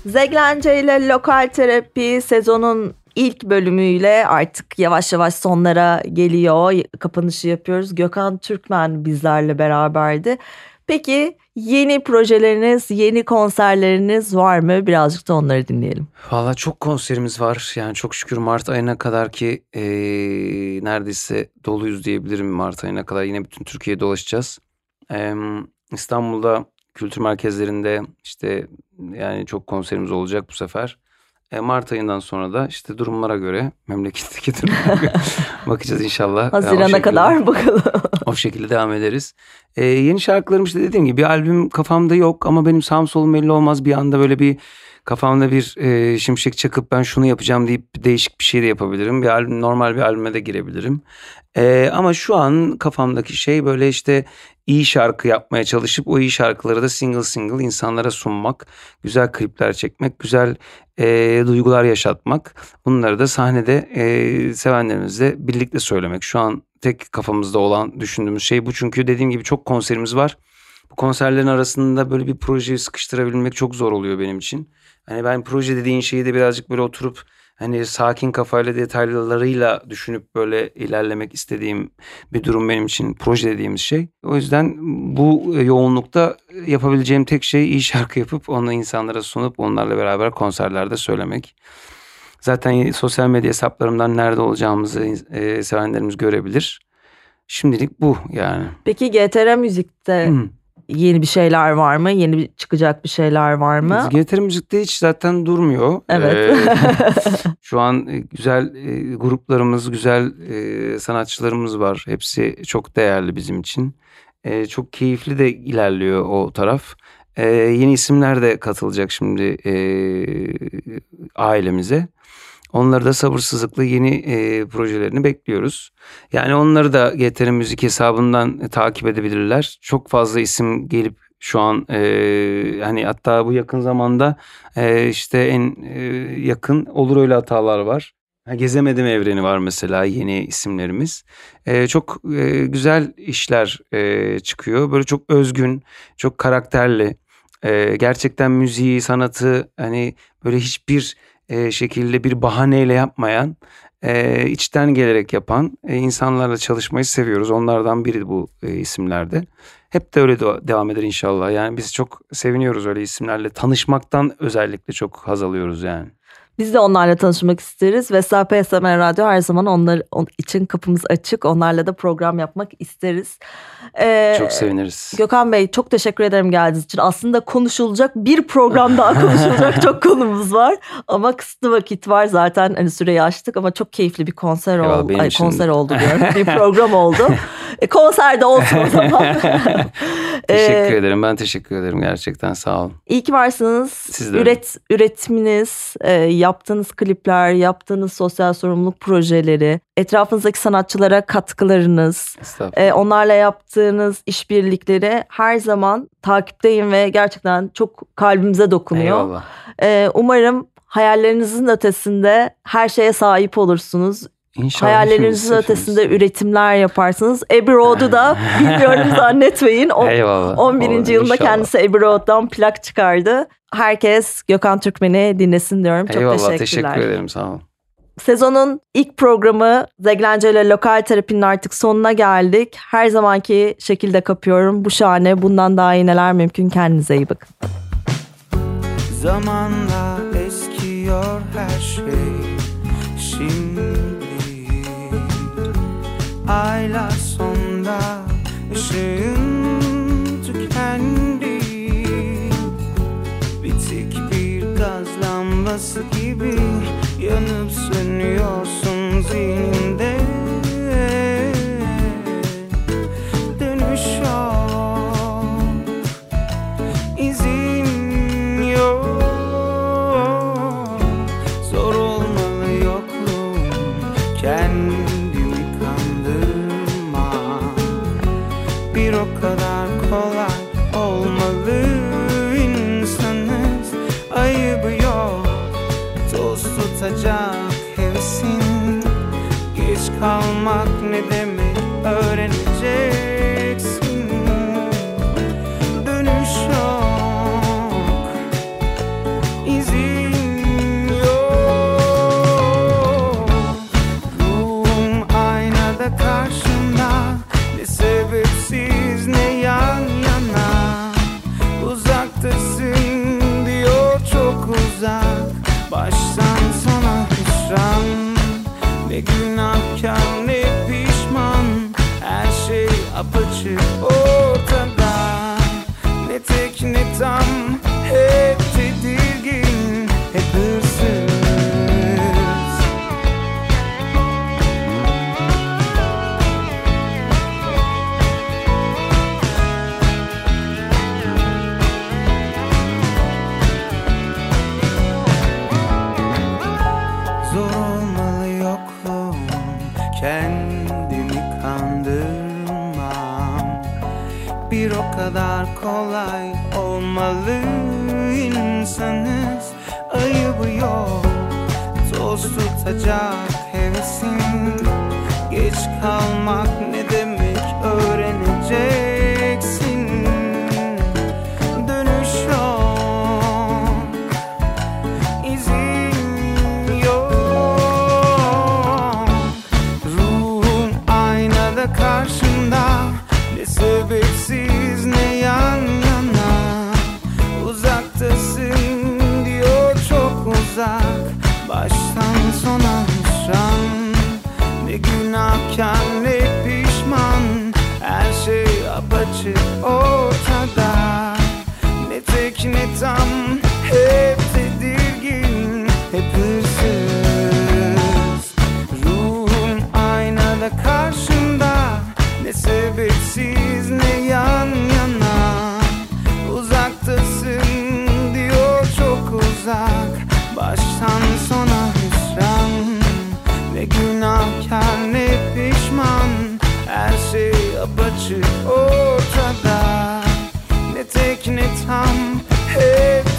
Zeglence ile Lokal Terapi sezonun ilk bölümüyle artık yavaş yavaş sonlara geliyor. Kapanışı yapıyoruz. Gökhan Türkmen bizlerle beraberdi. Peki yeni projeleriniz, yeni konserleriniz var mı? Birazcık da onları dinleyelim. Valla çok konserimiz var. Yani çok şükür Mart ayına kadar ki neredeyse doluyuz diyebilirim. Mart ayına kadar yine bütün Türkiye'ye dolaşacağız. İstanbul'da kültür merkezlerinde işte yani çok konserimiz olacak bu sefer. Mart ayından sonra da işte durumlara göre, memleketteki durumlara göre bakacağız inşallah. Hazirana kadar bakalım. O şekilde devam ederiz. Yeni şarkılarım işte dediğim gibi bir albüm kafamda yok ama benim sağım solum belli olmaz. Bir anda böyle bir kafamda bir şimşek çakıp ben şunu yapacağım deyip değişik bir şey de yapabilirim. Bir albüm, normal bir albüme de girebilirim. Ama şu an kafamdaki şey böyle işte iyi şarkı yapmaya çalışıp o iyi şarkıları da single single insanlara sunmak. Güzel klipler çekmek, güzel duygular yaşatmak. Bunları da sahnede sevenlerimizle birlikte söylemek. Şu an tek kafamızda olan düşündüğümüz şey bu. Çünkü dediğim gibi çok konserimiz var. Bu konserlerin arasında böyle bir projeyi sıkıştırabilmek çok zor oluyor benim için. Hani ben proje dediğin şeyi de birazcık böyle oturup hani sakin kafayla detaylarıyla düşünüp böyle ilerlemek istediğim bir durum benim için proje dediğimiz şey. O yüzden bu yoğunlukta yapabileceğim tek şey iyi şarkı yapıp onu insanlara sunup onlarla beraber konserlerde söylemek. Zaten sosyal medya hesaplarımdan nerede olacağımızı sevenlerimiz görebilir. Şimdilik bu yani. Peki GTR Müzik'te yeni bir şeyler var mı? Yeni çıkacak bir şeyler var mı? GTR Müzik'te hiç zaten durmuyor. Evet. Şu an güzel gruplarımız, güzel sanatçılarımız var. Hepsi çok değerli bizim için. Çok keyifli de ilerliyor o taraf. Yeni isimler de katılacak şimdi ailemize. Onları da sabırsızlıkla yeni projelerini bekliyoruz. Yani onları da GTR Müzik hesabından takip edebilirler. Çok fazla isim gelip şu an hani hatta bu yakın zamanda işte en yakın Olur Öyle Hatalar var. Gezemedim Evreni var mesela yeni isimlerimiz. Çok güzel işler çıkıyor. Böyle çok özgün, çok karakterli. Gerçekten müziği, sanatı hani böyle hiçbir şekilde bir bahaneyle yapmayan, içten gelerek yapan insanlarla çalışmayı seviyoruz. Onlardan biri bu isimlerde. Hep de öyle devam eder inşallah. Yani biz çok seviniyoruz öyle isimlerle. Tanışmaktan özellikle çok haz alıyoruz yani. Biz de onlarla tanışmak isteriz ve SPSM Radyo her zaman onlar için kapımız açık. Onlarla da program yapmak isteriz. Çok seviniriz. Gökhan Bey çok teşekkür ederim geldiğiniz için. Aslında konuşulacak bir program daha konuşulacak çok konumuz var. Ama kısıtlı vakit var zaten hani süreyi açtık ama çok keyifli bir konser oldu. Konser oldu diyorum. Bir program oldu. Konser de olsun o zaman. Teşekkür ederim. Ben teşekkür ederim gerçekten sağ olun. İyi ki varsınız. Siz de Üretiminiz, yaptığınız klipler, yaptığınız sosyal sorumluluk projeleri, etrafınızdaki sanatçılara katkılarınız, onlarla yaptığınız işbirlikleri her zaman takipteyim ve gerçekten çok kalbimize dokunuyor. Eyvallah. Umarım hayallerinizin ötesinde her şeye sahip olursunuz. İnşallah hayallerinizin ötesinde üretimler yaparsınız. Abbey Road'u da bilmiyorum zannetmeyin. Eyvallah. 11. Olur, yılında inşallah. kendisi Abbey Road'dan plak çıkardı. Herkes Gökhan Türkmen'i dinlesin diyorum. Çok Eyvallah, teşekkürler. teşekkür ederim sağ olun. Sezonun ilk programı Zeglence ile Lokal Terapi'nin artık sonuna geldik. Her zamanki şekilde kapıyorum. Bu şahane. Bundan daha iyi neler mümkün. Kendinize iyi bakın. Zamanla eskiyor her şey. Şimdi aylar sonunda ışığın tükendi. Bitik bir gaz lambası gibi yanıp sönüyorsun zihninde. Dönüş yok, izin yok. Zor olmalı yokluğum, kendimi kandırma. Bir o kadar kolay olmalı, insanız, ayıbı yok. Toz tutacak hevesin, geç kalmak ne demek öğreneceksin. Dönüş yok, izin tam, hep tedirgin, hep hırsız. Zor olmalı yokluğum, kendimi kandırmam. Bir o kadar kolay olmalı, insanız, ayıbı yok. Toz tutacak hevesin, geç kalmak ne demek öğreneceksin. Dönüş yok, izin yok. Ruhum aynada karşımda, ne sebepsiz ne yan yana. Uzaktasın diyor, çok uzak, baştan sona hüsran. Ne günahkar ne pişman, her şey apaçık ortada. Ne tek ne tam, hep tedirgin, hep hırsız. Ruhum aynada karşımda, ne sebepsiz ne yan yana. Uzaktasın diyor, çok uzak, baştan sona hüsran. Ne günahkar ne pişman, her şey apaçık ortada. Ne tek ne tam, hep